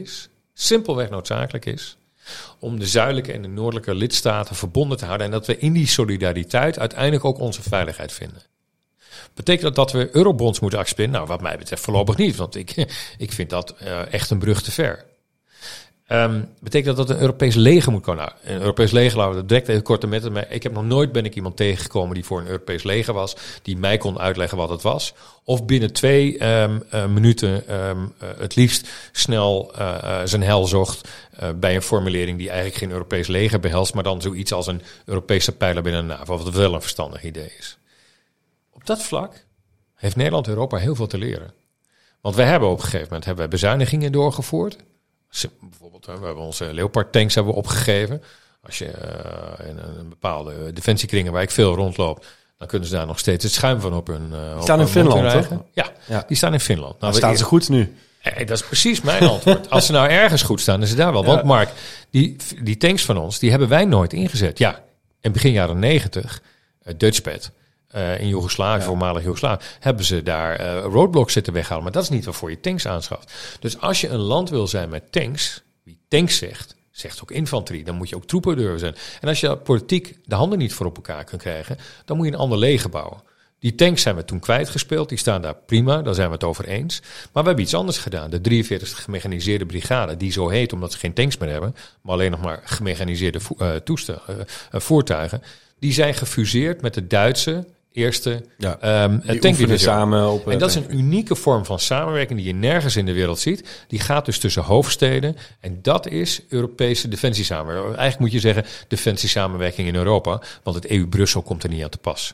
is om de zuidelijke en de noordelijke lidstaten verbonden te houden en dat we in die solidariteit uiteindelijk ook onze veiligheid vinden. Betekent dat we eurobonds moeten accepteren? Nou, wat mij betreft voorlopig niet, want ik vind dat echt een brug te ver. Betekent dat een Europees leger moet komen? Nou, een Europees leger, laten we het direct even kort met het. Ik heb nog nooit iemand tegengekomen die voor een Europees leger was, die mij kon uitleggen wat het was. Of binnen 2 minuten het liefst snel zijn heil zocht bij een formulering die eigenlijk geen Europees leger behelst, maar dan zoiets als een Europese pijler binnen de NAVO, wat wel een verstandig idee is. Op dat vlak heeft Nederland Europa heel veel te leren. Want we hebben op een gegeven moment bezuinigingen doorgevoerd. Bijvoorbeeld, we hebben onze Leopard tanks opgegeven. Als je in een bepaalde defensiekringen waar ik veel rondloop, dan kunnen ze daar nog steeds het schuim van op hun die staan in Finland, toch? Ja, die staan in Finland. Nou, staan ze goed nu? Dat is precies mijn antwoord. Als ze nou ergens goed staan, is ze daar wel. Want Mark, die tanks van ons, die hebben wij nooit ingezet. Ja, in begin jaren 90, Dutchped, in Joegoslavië, voormalig Joegoslavië, hebben ze daar roadblocks zitten weghalen. Maar dat is niet waarvoor je tanks aanschaft. Dus als je een land wil zijn met tanks, wie tanks zegt, zegt ook infanterie. Dan moet je ook troepen durven zijn. En als je politiek de handen niet voor op elkaar kunt krijgen, dan moet je een ander leger bouwen. Die tanks zijn we toen kwijtgespeeld. Die staan daar prima, daar zijn we het over eens. Maar we hebben iets anders gedaan. De 43e gemechaniseerde brigade, die zo heet omdat ze geen tanks meer hebben, maar alleen nog maar gemechaniseerde voertuigen, die zijn gefuseerd met de Duitse eerste tankdivisie samen. En dat is een unieke vorm van samenwerking die je nergens in de wereld ziet. Die gaat dus tussen hoofdsteden. En dat is Europese defensiesamenwerking. Eigenlijk moet je zeggen defensiesamenwerking in Europa. Want het EU-Brussel komt er niet aan te pas.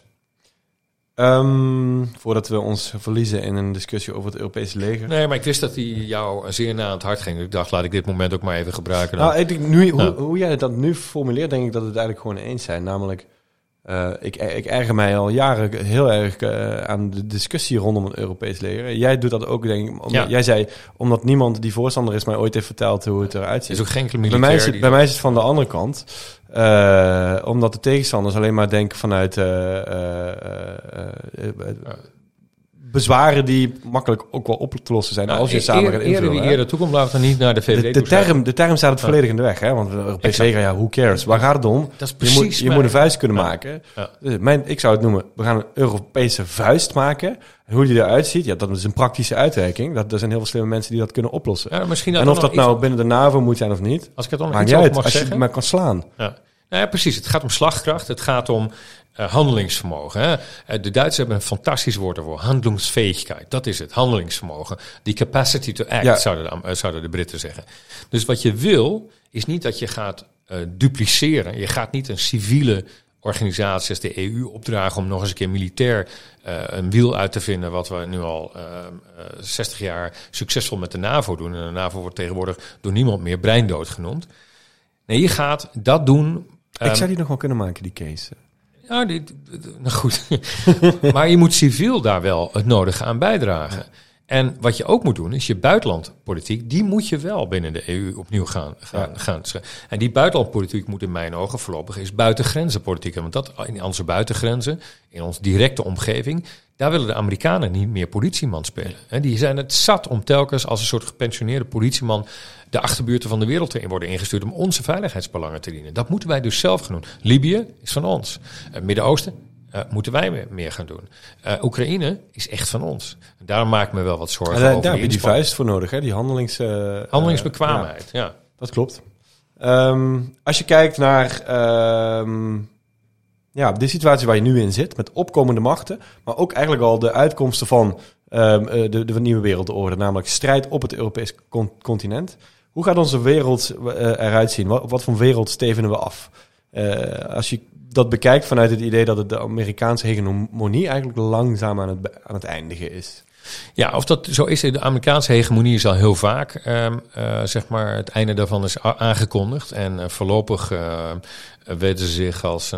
Voordat we ons verliezen in een discussie over het Europese leger. Nee, maar ik wist dat die jou zeer na aan het hart ging. Ik dacht, laat ik dit moment ook maar even gebruiken. Nou, ik denk hoe jij dat nu formuleert, denk ik dat we het eigenlijk gewoon eens zijn. Namelijk, ik erger mij al jaren heel erg aan de discussie rondom het Europees leger. Jij doet dat ook, denk ik. Jij zei, omdat niemand die voorstander is mij ooit heeft verteld hoe het eruit ziet. Is ook geen enkele militair. Bij mij is het van de andere kant. Omdat de tegenstanders alleen maar denken vanuit bezwaren die makkelijk ook wel op te lossen zijn als je samen gaat invullen. Wie eerder toekomt, laat het niet naar de VVD de term staat het volledig in de weg. Hè? Want het Europees leger, who cares? Waar gaat het om? Dat is precies je moet een vuist kunnen maken. Ja. Dus ik zou het noemen, we gaan een Europese vuist maken. En hoe die eruit ziet, dat is een praktische uitwerking. Er zijn heel veel slimme mensen die dat kunnen oplossen. Ja, en of dat nou binnen de NAVO moet zijn of niet, als ik het dan maakt niet uit, als je het maar kan slaan. Ja. Nou ja, precies. Het gaat om slagkracht. Het gaat om handelingsvermogen. Hè. De Duitsers hebben een fantastisch woord ervoor. Handelingsfähigkeit. Dat is het. Handelingsvermogen. Die capacity to act, zouden de Britten zeggen. Dus wat je wil, is niet dat je gaat dupliceren. Je gaat niet een civiele organisatie als de EU opdragen om nog eens een keer militair een wiel uit te vinden, wat we nu al 60 jaar succesvol met de NAVO doen. En de NAVO wordt tegenwoordig door niemand meer breindood genoemd. Nee, je gaat dat doen. Ik zou die nog wel kunnen maken, die case. Ja, nou goed. Maar je moet civiel daar wel het nodige aan bijdragen. En wat je ook moet doen, is je buitenlandpolitiek, die moet je wel binnen de EU opnieuw gaan. En die buitenlandpolitiek moet in mijn ogen voorlopig is buitengrenzenpolitiek. Want dat in onze buitengrenzen, in onze directe omgeving, daar willen de Amerikanen niet meer politieman spelen. En die zijn het zat om telkens als een soort gepensioneerde politieman de achterbuurten van de wereld in worden ingestuurd om onze veiligheidsbelangen te dienen. Dat moeten wij dus zelf gaan doen. Libië is van ons. Midden-Oosten moeten wij meer gaan doen. Oekraïne is echt van ons. En daarom maak ik me wel wat zorgen over. Daar heb je die vuist voor nodig, hè? Die handelingsbekwaamheid. Ja, dat klopt. Als je kijkt naar de situatie waar je nu in zit, met opkomende machten, maar ook eigenlijk al de uitkomsten van de nieuwe wereldorde, namelijk strijd op het Europese continent. Hoe gaat onze wereld eruit zien? Wat voor wereld stevenen we af? Als je dat bekijkt vanuit het idee dat het de Amerikaanse hegemonie eigenlijk langzaam aan het eindigen is. Ja, of dat zo is. De Amerikaanse hegemonie is al heel vaak, zeg maar, het einde daarvan is aangekondigd. En voorlopig weten ze zich als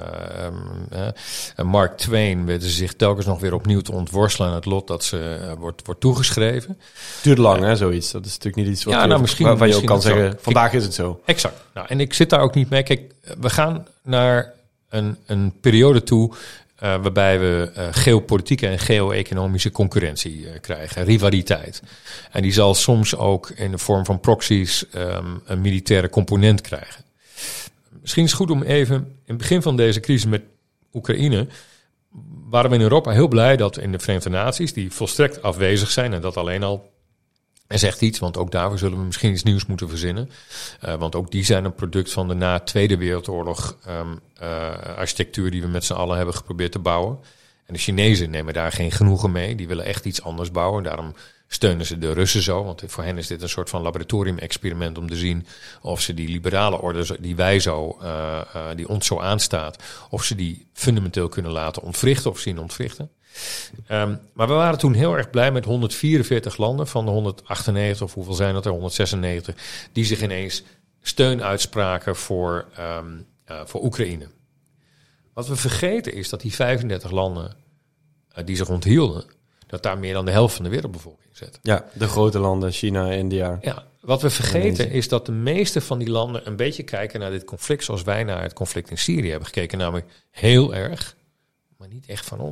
een Mark Twain, weten ze zich telkens nog weer opnieuw te ontworstelen aan het lot dat ze wordt toegeschreven. Duurt lang, hè, zoiets. Dat is natuurlijk niet iets wat waarvan je ook kan zeggen, vandaag is het zo. Exact. Nou, en ik zit daar ook niet mee. Kijk, we gaan naar een periode toe waarbij we geopolitieke en geo-economische concurrentie krijgen, rivaliteit. En die zal soms ook in de vorm van proxies een militaire component krijgen. Misschien is het goed om even, in het begin van deze crisis met Oekraïne, waren we in Europa heel blij dat in de Verenigde Naties, die volstrekt afwezig zijn, en dat alleen al zegt iets, want ook daarvoor zullen we misschien iets nieuws moeten verzinnen. Want ook die zijn een product van de na Tweede Wereldoorlog architectuur die we met z'n allen hebben geprobeerd te bouwen. En de Chinezen nemen daar geen genoegen mee. Die willen echt iets anders bouwen. Daarom steunen ze de Russen zo. Want voor hen is dit een soort van laboratorium-experiment om te zien of ze die liberale orde die wij zo, die ons zo aanstaat, of ze die fundamenteel kunnen laten ontwrichten of zien ontwrichten. Maar we waren toen heel erg blij met 144 landen van de 198, of hoeveel zijn dat er, 196, die zich ineens steun uitspraken voor Oekraïne. Wat we vergeten is dat die 35 landen die zich onthielden, dat daar meer dan de helft van de wereldbevolking zit. Ja, de grote landen, China, India. Ja, wat we vergeten is dat de meeste van die landen een beetje kijken naar dit conflict zoals wij naar het conflict in Syrië hebben gekeken. Namelijk heel erg, maar niet echt van ons.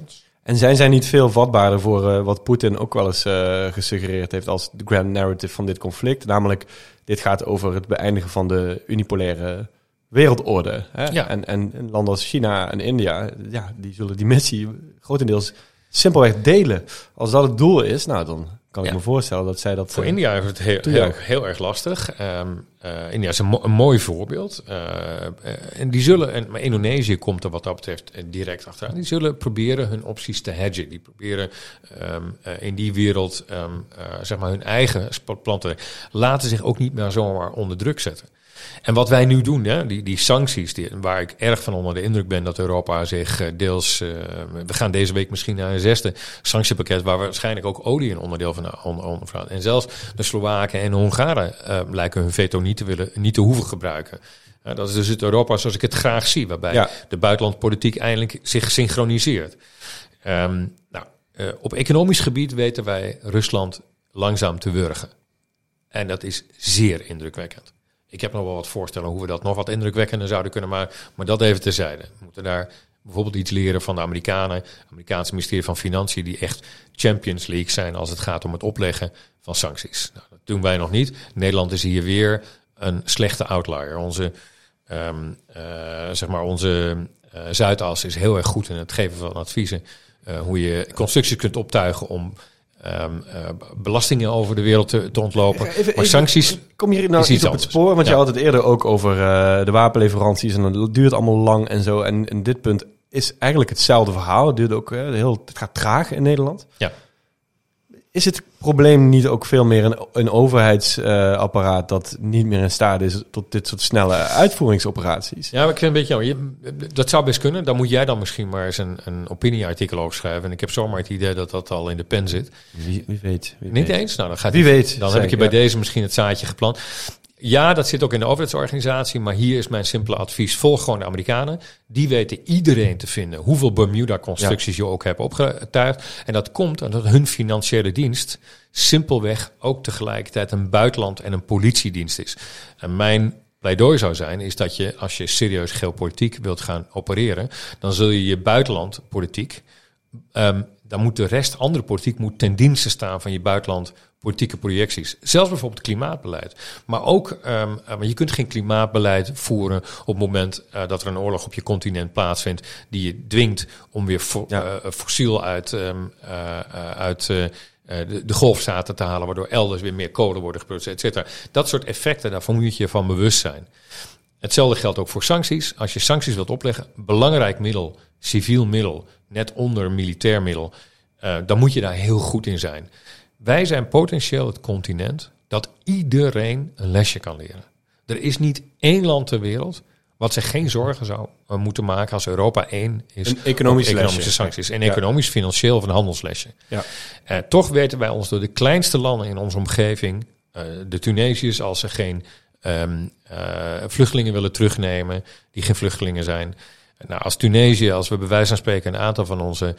En zijn zij niet veel vatbaarder voor wat Poetin ook wel eens gesuggereerd heeft als de grand narrative van dit conflict? Namelijk, dit gaat over het beëindigen van de unipolaire wereldorde. Hè? Ja. En landen als China en India, die zullen die missie grotendeels simpelweg delen. Als dat het doel is, nou dan kan ik me voorstellen dat zij dat... Voor India is het heel erg lastig. India is een mooi voorbeeld. En die zullen, maar Indonesië komt er wat dat betreft direct achteraan. Die zullen proberen hun opties te hedgen. Die proberen in die wereld zeg maar hun eigen planten laten zich ook niet meer zomaar onder druk zetten. En wat wij nu doen, hè, die sancties, waar ik erg van onder de indruk ben dat Europa zich deels... we gaan deze week misschien naar een 6e sanctiepakket... waar waarschijnlijk ook olie een onderdeel van vragen. En zelfs de Slowaken en de Hongaren lijken hun veto niet te hoeven gebruiken. Dat is dus het Europa zoals ik het graag zie... waarbij de buitenlandpolitiek eindelijk zich synchroniseert. Op economisch gebied weten wij Rusland langzaam te wurgen. En dat is zeer indrukwekkend. Ik heb nog wel wat voorstellen hoe we dat nog wat indrukwekkender zouden kunnen maken. Maar dat even terzijde. We moeten daar bijvoorbeeld iets leren van de Amerikanen. Amerikaanse ministerie van Financiën die echt Champions League zijn als het gaat om het opleggen van sancties. Nou, dat doen wij nog niet. Nederland is hier weer een slechte outlier. Onze Zuidas is heel erg goed in het geven van adviezen. Hoe je constructies kunt optuigen om... belastingen over de wereld te ontlopen. Maar sancties. Kom je nou iets op het spoor? Want je had het eerder ook over de wapenleveranties en dat duurt allemaal lang en zo. En dit punt is eigenlijk hetzelfde verhaal. Het duurt ook het gaat traag in Nederland. Ja. Is het probleem niet ook veel meer een overheidsapparaat dat niet meer in staat is tot dit soort snelle uitvoeringsoperaties? Ja, maar ik vind een beetje, dat zou best kunnen. Dan moet jij dan misschien maar eens een opinieartikel over schrijven. En ik heb zomaar het idee dat dat al in de pen zit. Wie weet. Niet eens? Nou, dan gaat wie weet. Dan heb ik je bij deze misschien het zaadje geplant. Ja, dat zit ook in de overheidsorganisatie, maar hier is mijn simpele advies. Volg gewoon de Amerikanen. Die weten iedereen te vinden hoeveel Bermuda-constructies je ook hebt opgetuigd. En dat komt omdat hun financiële dienst simpelweg ook tegelijkertijd een buitenland en een politiedienst is. En mijn pleidooi zou zijn, is dat je, als je serieus geopolitiek wilt gaan opereren, dan zul je je buitenlandpolitiek, dan moet de rest, andere politiek, moet ten dienste staan van je buitenland politieke projecties. Zelfs bijvoorbeeld klimaatbeleid. Maar ook, maar je kunt geen klimaatbeleid voeren op het moment dat er een oorlog op je continent plaatsvindt die je dwingt om weer fossiel uit de golfstaten te halen, waardoor elders weer meer kolen worden geproduceerd, et cetera. Dat soort effecten, daarvan moet je je van bewust zijn. Hetzelfde geldt ook voor sancties. Als je sancties wilt opleggen, belangrijk middel, civiel middel, net onder militair middel, dan moet je daar heel goed in zijn. Wij zijn potentieel het continent dat iedereen een lesje kan leren. Er is niet één land ter wereld wat zich geen zorgen zou moeten maken als Europa één is. Een economische sancties. En economisch, financieel of een handelslesje. Ja. Toch weten wij ons door de kleinste landen in onze omgeving, de Tunesiërs, als ze geen vluchtelingen willen terugnemen, die geen vluchtelingen zijn. Nou, als Tunesië, als we bij wijze van spreken een aantal van onze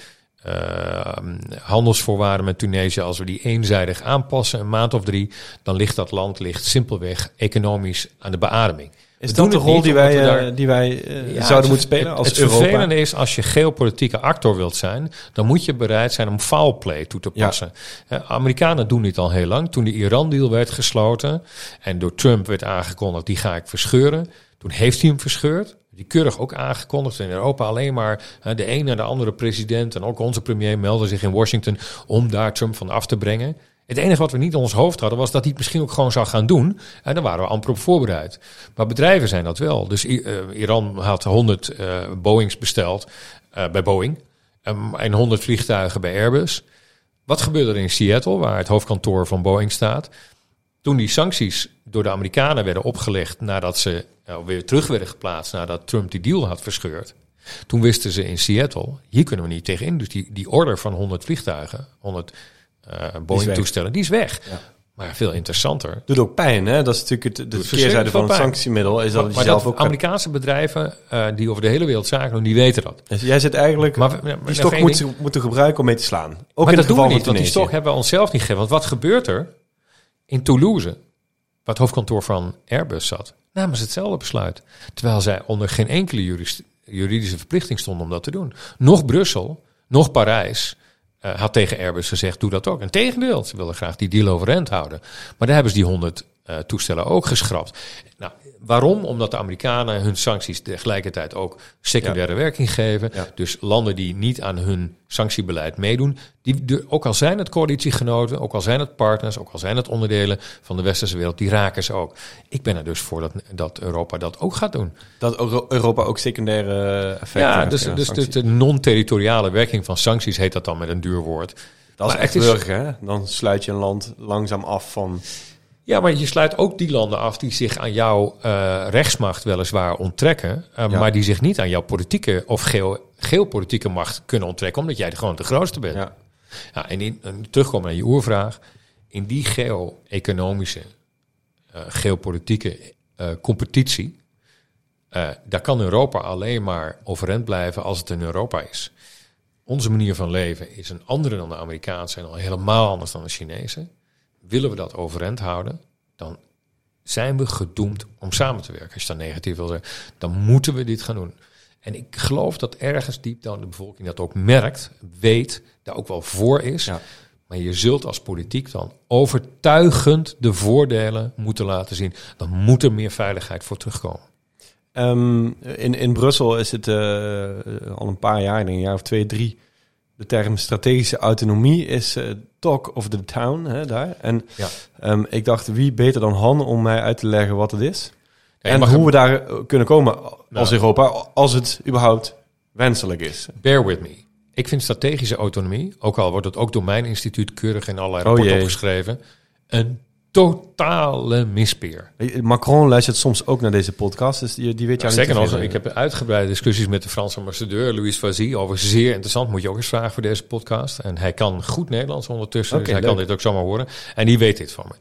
handelsvoorwaarden met Tunesië, als we die eenzijdig aanpassen, een maand of 3, dan ligt dat land simpelweg economisch aan de beademing. Is dat de rol die wij zouden moeten spelen als het Europa? Het vervelende is, als je geopolitieke actor wilt zijn, dan moet je bereid zijn om foul play toe te passen. Ja. Amerikanen doen dit al heel lang. Toen de Iran-deal werd gesloten en door Trump werd aangekondigd, die ga ik verscheuren. Toen heeft hij hem verscheurd. Die keurig ook aangekondigd. In Europa alleen maar de een naar de andere president en ook onze premier melden zich in Washington om daar Trump van af te brengen. Het enige wat we niet in ons hoofd hadden was dat hij het misschien ook gewoon zou gaan doen. En daar waren we amper op voorbereid. Maar bedrijven zijn dat wel. Dus Iran had 100 Boeings besteld bij Boeing. En 100 vliegtuigen bij Airbus. Wat gebeurde er in Seattle, waar het hoofdkantoor van Boeing staat? Toen die sancties door de Amerikanen werden opgelegd nadat ze weer terug werden geplaatst nadat Trump die deal had verscheurd. Toen wisten ze in Seattle, hier kunnen we niet tegenin. Dus die order van 100 vliegtuigen, 100 Boeing-toestellen, die is weg. Ja. Maar veel interessanter. Doet ook pijn, hè? Dat is natuurlijk de keerzijde van het sanctiemiddel. Is dat maar zelf dat ook Amerikaanse bedrijven die over de hele wereld zaken doen, die weten dat. Dus jij zit eigenlijk die stok moeten gebruiken om mee te slaan. Ook maar in dat het geval doen we niet, van want die stok hebben we onszelf niet gegeven. Want wat gebeurt er in Toulouse, waar het hoofdkantoor van Airbus zat? Namen ze hetzelfde besluit. Terwijl zij onder geen enkele juridische verplichting stonden om dat te doen. Nog Brussel, nog Parijs had tegen Airbus gezegd, doe dat ook. Integendeel, ze willen graag die deal overeind houden. Maar daar hebben ze die 100 toestellen ook geschrapt. Nou, waarom? Omdat de Amerikanen hun sancties tegelijkertijd ook secundaire werking geven. Ja. Dus landen die niet aan hun sanctiebeleid meedoen, ook al zijn het coalitiegenoten, ook al zijn het partners, ook al zijn het onderdelen van de westerse wereld, die raken ze ook. Ik ben er dus voor dat Europa dat ook gaat doen. Dat Europa ook secundaire effecten heeft. Dus de non-territoriale werking van sancties heet dat dan met een duur woord. Dat is echt burger, hè? Dan sluit je een land langzaam af van... Ja, maar je sluit ook die landen af die zich aan jouw rechtsmacht weliswaar onttrekken, maar die zich niet aan jouw politieke of geopolitieke macht kunnen onttrekken, omdat jij gewoon de grootste bent. Ja. Ja, en terugkomen naar je oervraag, in die geo-economische, geopolitieke competitie, daar kan Europa alleen maar overeind blijven als het in Europa is. Onze manier van leven is een andere dan de Amerikaanse en al helemaal anders dan de Chinese. Willen we dat overeind houden, dan zijn we gedoemd om samen te werken. Als je dat negatief wil zeggen, dan moeten we dit gaan doen. En ik geloof dat ergens diep down de bevolking dat ook merkt, weet, daar ook wel voor is. Ja. Maar je zult als politiek dan overtuigend de voordelen moeten laten zien. Dan moet er meer veiligheid voor terugkomen. In Brussel is het al een paar jaar, een jaar of 2, 3... De term strategische autonomie is talk of the town, hè, daar. En ik dacht, wie beter dan Han om mij uit te leggen wat het is? Ja, en hoe we daar kunnen komen als Europa, als het überhaupt wenselijk is. Bear with me. Ik vind strategische autonomie, ook al wordt het ook door mijn instituut keurig in allerlei rapporten opgeschreven, een totale mispeer. Macron luistert soms ook naar deze podcast, dus die weet je zeker nog. Ik heb uitgebreide discussies met de Franse ambassadeur Louis Fazy over zeer interessant. Moet je ook eens vragen voor deze podcast. En hij kan goed Nederlands ondertussen, dus hij kan dit ook zomaar horen. En die weet dit van me.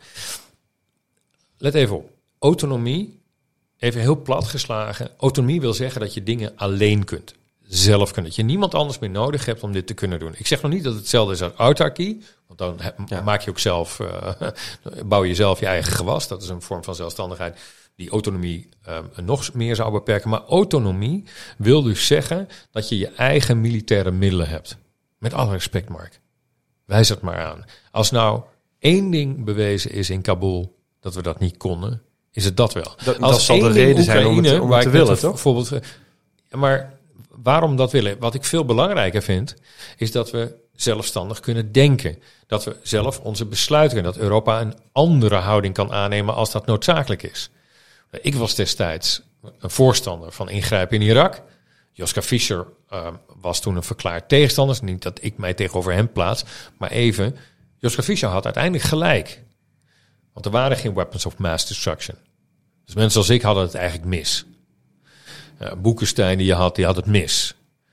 Let even op. Autonomie, even heel plat geslagen. Autonomie wil zeggen dat je dingen alleen kunt. Zelf kunt. Dat je niemand anders meer nodig hebt om dit te kunnen doen. Ik zeg nog niet dat het hetzelfde is als autarkie. Want dan maak je ook zelf, bouw je zelf je eigen gewas. Dat is een vorm van zelfstandigheid die autonomie nog meer zou beperken. Maar autonomie wil dus zeggen dat je je eigen militaire middelen hebt. Met alle respect, Mark. Wijs het maar aan. Als nou één ding bewezen is in Kabul dat we dat niet konden, is het dat wel. Dat zal de reden zijn om het te willen, toch? Bijvoorbeeld, maar waarom dat willen? Wat ik veel belangrijker vind, is dat we zelfstandig kunnen denken. Dat we zelf onze besluiten kunnen. Dat Europa een andere houding kan aannemen als dat noodzakelijk is. Ik was destijds een voorstander van ingrijpen in Irak. Joschka Fischer was toen een verklaard tegenstander. Niet dat ik mij tegenover hem plaats, maar even. Joschka Fischer had uiteindelijk gelijk. Want er waren geen weapons of mass destruction. Dus mensen als ik hadden het eigenlijk mis. Boekenstein die had het mis.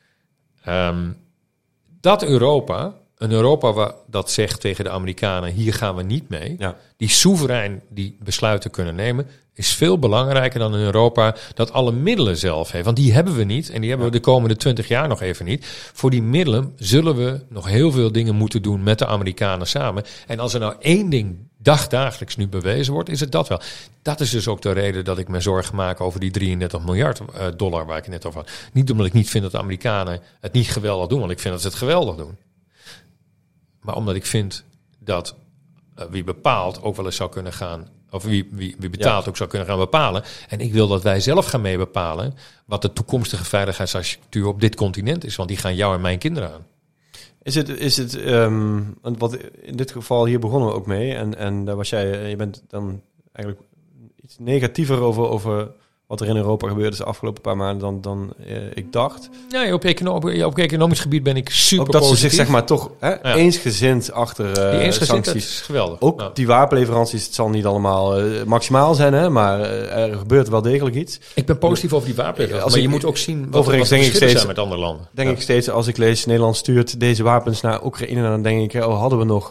Dat Europa, een Europa dat zegt tegen de Amerikanen, hier gaan we niet mee. Ja. Die soeverein die besluiten kunnen nemen, is veel belangrijker dan een Europa dat alle middelen zelf heeft. Want die hebben we niet en die hebben we de komende 20 jaar nog even niet. Voor die middelen zullen we nog heel veel dingen moeten doen met de Amerikanen samen. En als er nou één ding dagelijks nu bewezen wordt, is het dat wel. Dat is dus ook de reden dat ik me zorgen maak over die $33 miljard waar ik het net over had. Niet omdat ik niet vind dat de Amerikanen het niet geweldig doen, want ik vind dat ze het geweldig doen. Maar omdat ik vind dat wie bepaalt ook wel eens zou kunnen gaan, of wie betaalt ook zou kunnen gaan bepalen. En ik wil dat wij zelf gaan mee bepalen wat de toekomstige veiligheidsarchitectuur op dit continent is, want die gaan jou en mijn kinderen aan. Is het wat in dit geval hier begonnen we ook mee en daar was je bent dan eigenlijk iets negatiever over wat er in Europa gebeurde de afgelopen paar maanden dan ik dacht. Ja, op economisch gebied ben ik super ook dat positief. Ze zich zeg maar toch eensgezind achter sancties. Dat is geweldig. Ook die wapenleveranties, het zal niet allemaal maximaal zijn, hè, maar er gebeurt wel degelijk iets. Ik ben positief over die wapenleveranties, maar je moet ook zien wat de verschillen zijn met andere landen. Denk ik steeds, als ik lees Nederland stuurt deze wapens naar Oekraïne, dan denk ik, hadden we nog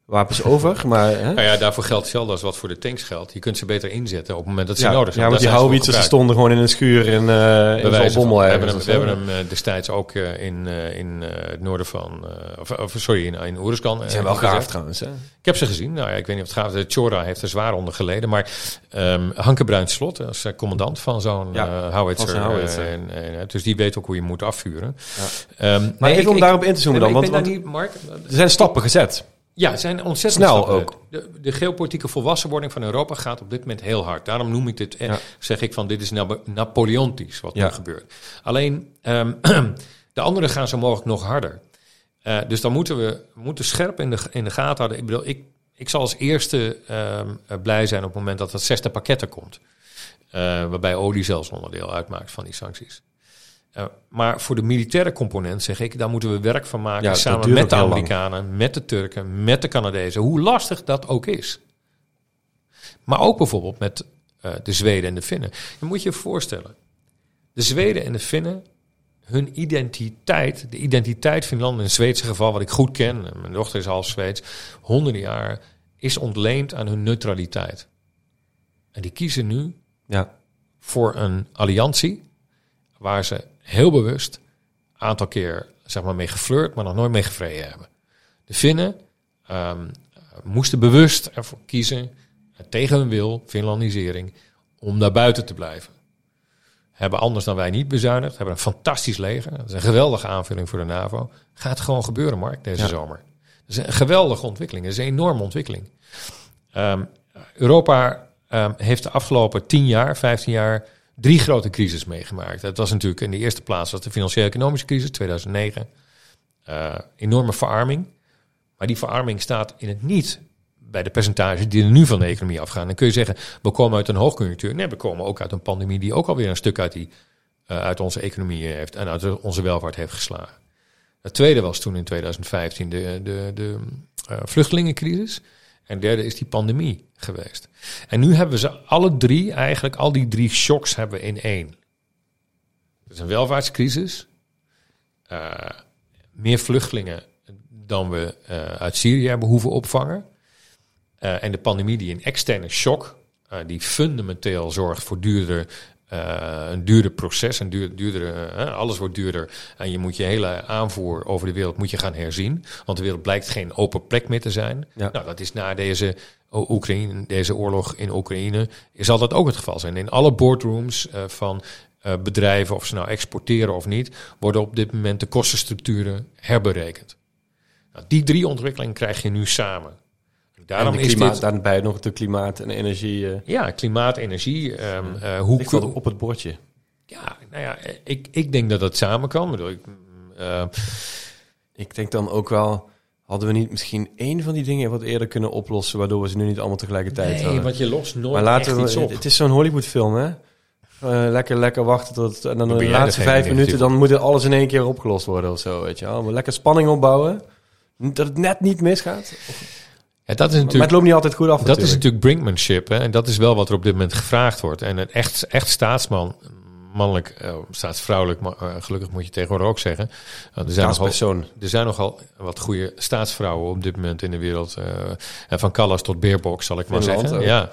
wapens over. Maar, hè? Nou ja, daarvoor geldt hetzelfde als wat voor de tanks geldt. Je kunt ze beter inzetten op het moment dat ze nodig zijn. Ja, want die houwitsers stonden gewoon in een schuur in Zaltbommel. We hebben hem destijds ook in het noorden van... in Oeruzkan. Die zijn wel gaaf trouwens, hè? Ik heb ze gezien. Nou ja, ik weet niet of het gaaf is. Chora heeft er zwaar onder geleden. Maar Hanke Bruins-Slot als commandant van zo'n howitzer. Dus die weet ook hoe je moet afvuren. Ja. Maar even om daarop in te zoomen dan. Want Mark, er zijn stappen gezet. Ja, het zijn ontzettend snel stappen. ook. De geopolitieke volwassenwording van Europa gaat op dit moment heel hard. Daarom noem ik dit, zeg ik van dit is Napoleontisch wat nu gebeurt. Alleen, de anderen gaan zo mogelijk nog harder. Dus dan moeten we scherp in de gaten houden. Ik bedoel, ik zal als eerste blij zijn op het moment dat het 6e pakket er komt. Waarbij olie zelfs onderdeel uitmaakt van die sancties. Maar voor de militaire component zeg ik, daar moeten we werk van maken samen met de Amerikanen, met de Turken, met de Canadezen. Hoe lastig dat ook is. Maar ook bijvoorbeeld met de Zweden en de Finnen. Je moet je voorstellen, de Zweden en de Finnen, hun identiteit, de identiteit Finland in het Zweedse geval, wat ik goed ken, mijn dochter is half Zweeds, honderden jaar, is ontleend aan hun neutraliteit. En die kiezen nu voor een alliantie waar ze heel bewust een aantal keer mee geflirt, maar nog nooit mee gevreden hebben. De Finnen moesten bewust ervoor kiezen, tegen hun wil, Finlandisering, om daar buiten te blijven. Hebben anders dan wij niet bezuinigd, hebben een fantastisch leger. Dat is een geweldige aanvulling voor de NAVO. Gaat gewoon gebeuren, Mark, deze zomer. Dat is een geweldige ontwikkeling, dat is een enorme ontwikkeling. Europa heeft de afgelopen 10 jaar, 15 jaar 3 grote crises meegemaakt. Dat was natuurlijk in de eerste plaats de financieel-economische crisis, 2009. Enorme verarming. Maar die verarming staat in het niet bij de percentages die er nu van de economie afgaan. Dan kun je zeggen, we komen uit een hoogconjunctuur. Nee, we komen ook uit een pandemie die ook alweer een stuk uit onze economie heeft en uit onze welvaart heeft geslagen. Het tweede was toen in 2015 de vluchtelingencrisis. En derde is die pandemie geweest. En nu hebben we ze alle drie, eigenlijk al die 3 shocks hebben we in één. Het is een welvaartscrisis. Meer vluchtelingen dan we uit Syrië hebben hoeven opvangen. En de pandemie die een externe shock, die fundamenteel zorgt voor een duurder proces, alles wordt duurder. En je moet je hele aanvoer over de wereld moet je gaan herzien. Want de wereld blijkt geen open plek meer te zijn. Ja. Nou, dat is na deze oorlog in Oekraïne, zal dat ook het geval zijn. In alle boardrooms van bedrijven, of ze nou exporteren of niet, worden op dit moment de kostenstructuren herberekend. Nou, die 3 ontwikkelingen krijg je nu samen. Daarom en is dit daarbij nog de klimaat en energie. Ja, klimaat, energie. Hoe ligt dat op het bordje? Ja, nou ja, ik denk dat dat samen kan. Ik denk dan ook wel, hadden we niet misschien 1 van die dingen wat eerder kunnen oplossen, waardoor we ze nu niet allemaal tegelijkertijd hadden? Nee, want je lost nooit echt iets op. Het is zo'n Hollywoodfilm, hè? Lekker wachten tot en dan de laatste 5 minuten, dan moet alles in één keer opgelost worden of zo, weet je wel. Maar lekker spanning opbouwen, dat het net niet misgaat. Ja, dat is natuurlijk, maar het loopt niet altijd goed af. Dat is natuurlijk brinkmanship. Hè? En dat is wel wat er op dit moment gevraagd wordt. En een echt staatsvrouwelijk, maar gelukkig moet je tegenwoordig ook zeggen. Er zijn nogal wat goede staatsvrouwen op dit moment in de wereld. En van Callas tot Baerbock, zal ik maar zeggen. Ja.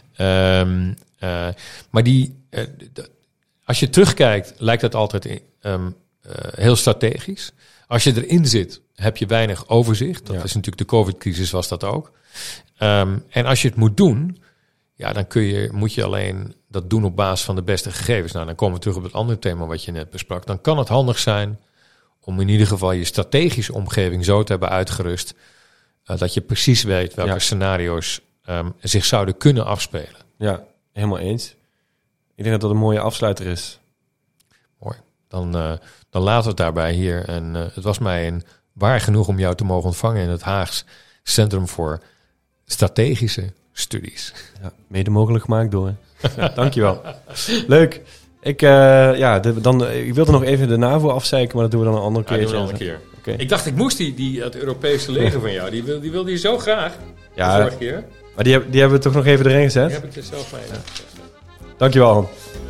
Maar als je terugkijkt, lijkt dat altijd heel strategisch. Als je erin zit, heb je weinig overzicht. Dat is natuurlijk de COVID-crisis, was dat ook. En als je het moet doen, dan moet je alleen dat doen op basis van de beste gegevens. Nou, dan komen we terug op het andere thema wat je net besprak. Dan kan het handig zijn om in ieder geval je strategische omgeving zo te hebben uitgerust, dat je precies weet welke scenario's zich zouden kunnen afspelen. Ja, helemaal eens. Ik denk dat dat een mooie afsluiter is. Mooi. Dan laten we het daarbij hier. En het was mij een waar genoeg om jou te mogen ontvangen in het Haags Centrum voor Strategische Studies. Ja, mede mogelijk gemaakt door. Dankjewel. Leuk. Ik wilde nog even de NAVO afzeiken, maar dat doen we dan een andere keer. Doen we een andere keer. Okay. Ik dacht, ik moest het Europese leger van jou. Die wilde je zo graag. Ja, de vorige keer. Maar die hebben we toch nog even erin gezet? Die heb ik er zelf mee. Dankjewel.